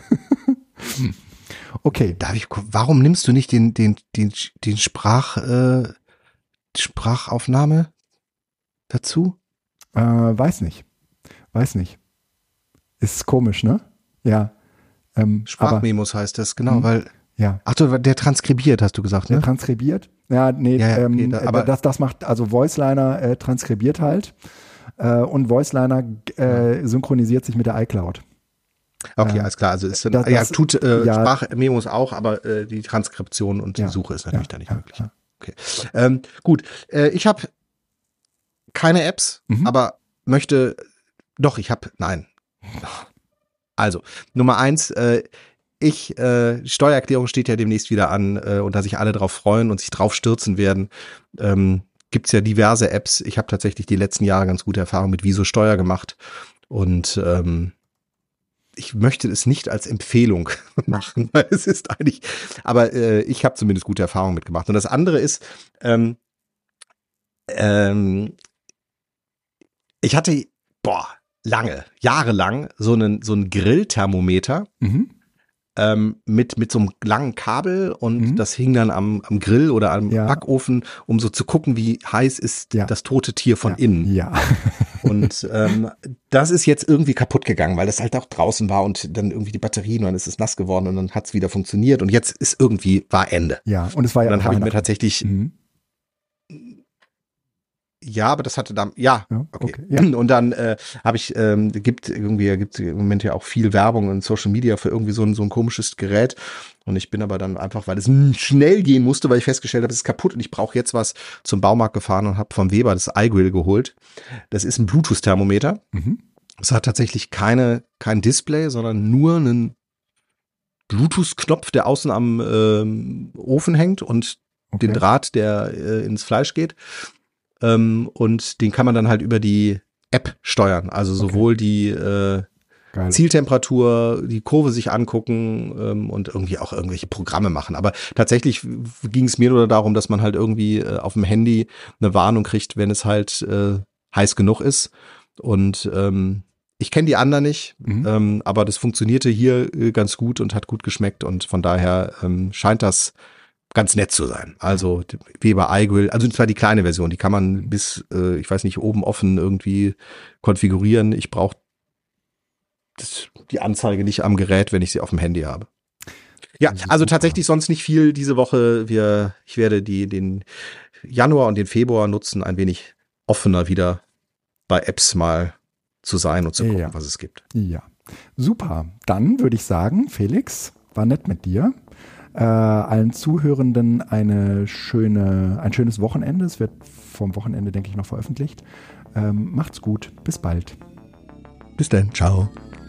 Okay. Darf ich, warum nimmst du nicht den, den, den, den Sprach, äh, Sprachaufnahme dazu? Äh, weiß nicht. Weiß nicht. Ist komisch, ne? Ja. Ähm, Sprachmemos aber, heißt das, genau, mh, weil. Ja. Ach du, der transkribiert, hast du gesagt, ne? Der transkribiert? Ja, nee, ja, ja, okay, ähm, da, aber das, das macht, also Voiceliner äh, transkribiert halt äh, und Voiceliner äh, synchronisiert sich mit der iCloud. Okay, äh, alles klar. Also ist dann, das, ja, tut äh, ja, Sprachmemos auch, aber äh, die Transkription und die ja, Suche ist natürlich ja, da nicht ja, möglich. Ja. Okay, ähm, gut. Äh, ich habe keine Apps, mhm. aber möchte. Doch, ich habe. Nein. Also Nummer eins. Äh, Ich, äh, die Steuererklärung steht ja demnächst wieder an äh, und da sich alle drauf freuen und sich drauf stürzen werden, ähm, gibt's ja diverse Apps. Ich habe tatsächlich die letzten Jahre ganz gute Erfahrungen mit Wieso Steuer gemacht und ähm, ich möchte es nicht als Empfehlung machen, weil es ist eigentlich, aber äh, ich habe zumindest gute Erfahrungen mitgemacht. Und das andere ist, ähm, ähm, ich hatte, boah, lange, jahrelang so einen so einen Grillthermometer, mhm. Ähm, mit mit so einem langen Kabel und mhm. das hing dann am, am Grill oder am ja. Backofen, um so zu gucken, wie heiß ist ja. das tote Tier von ja. innen. Ja. Und ähm, das ist jetzt irgendwie kaputt gegangen, weil das halt auch draußen war und dann irgendwie die Batterien, und dann ist es nass geworden und dann hat es wieder funktioniert und jetzt ist irgendwie, war Ende. Ja, und es war ja und dann habe ich mir tatsächlich mhm. Ja, aber das hatte dann, ja, ja okay. okay ja. Und dann äh, habe ich, ähm, gibt irgendwie, gibt im Moment ja auch viel Werbung in Social Media für irgendwie so ein, so ein komisches Gerät. Und ich bin aber dann einfach, weil es schnell gehen musste, weil ich festgestellt habe, es ist kaputt und ich brauche jetzt was, zum Baumarkt gefahren und habe vom Weber das iGrill geholt. Das ist ein Bluetooth-Thermometer. Mhm. Es hat tatsächlich keine, kein Display, sondern nur einen Bluetooth-Knopf, der außen am ähm, Ofen hängt und okay. den Draht, der äh, ins Fleisch geht. Ähm, und den kann man dann halt über die App steuern. Also sowohl okay. die äh, Zieltemperatur, die Kurve sich angucken ähm, und irgendwie auch irgendwelche Programme machen. Aber tatsächlich ging es mir nur darum, dass man halt irgendwie äh, auf dem Handy eine Warnung kriegt, wenn es halt äh, heiß genug ist. Und ähm, ich kenne die anderen nicht, mhm. ähm, aber das funktionierte hier äh, ganz gut und hat gut geschmeckt. Und von daher ähm, scheint das ganz nett zu sein. Also Weber iGrill, also zwar die kleine Version, die kann man bis, äh, ich weiß nicht, oben offen irgendwie konfigurieren. Ich brauche die Anzeige nicht am Gerät, wenn ich sie auf dem Handy habe. Ja, also tatsächlich sonst nicht viel diese Woche. Wir, ich werde die den Januar und den Februar nutzen, ein wenig offener wieder bei Apps mal zu sein und zu gucken, ja. was es gibt. Ja, super. Dann würde ich sagen, Felix, war nett mit dir. Äh, allen Zuhörenden eine schöne, ein schönes Wochenende. Es wird vom Wochenende, denke ich, noch veröffentlicht. Ähm, macht's gut. Bis bald. Bis dann. Ciao.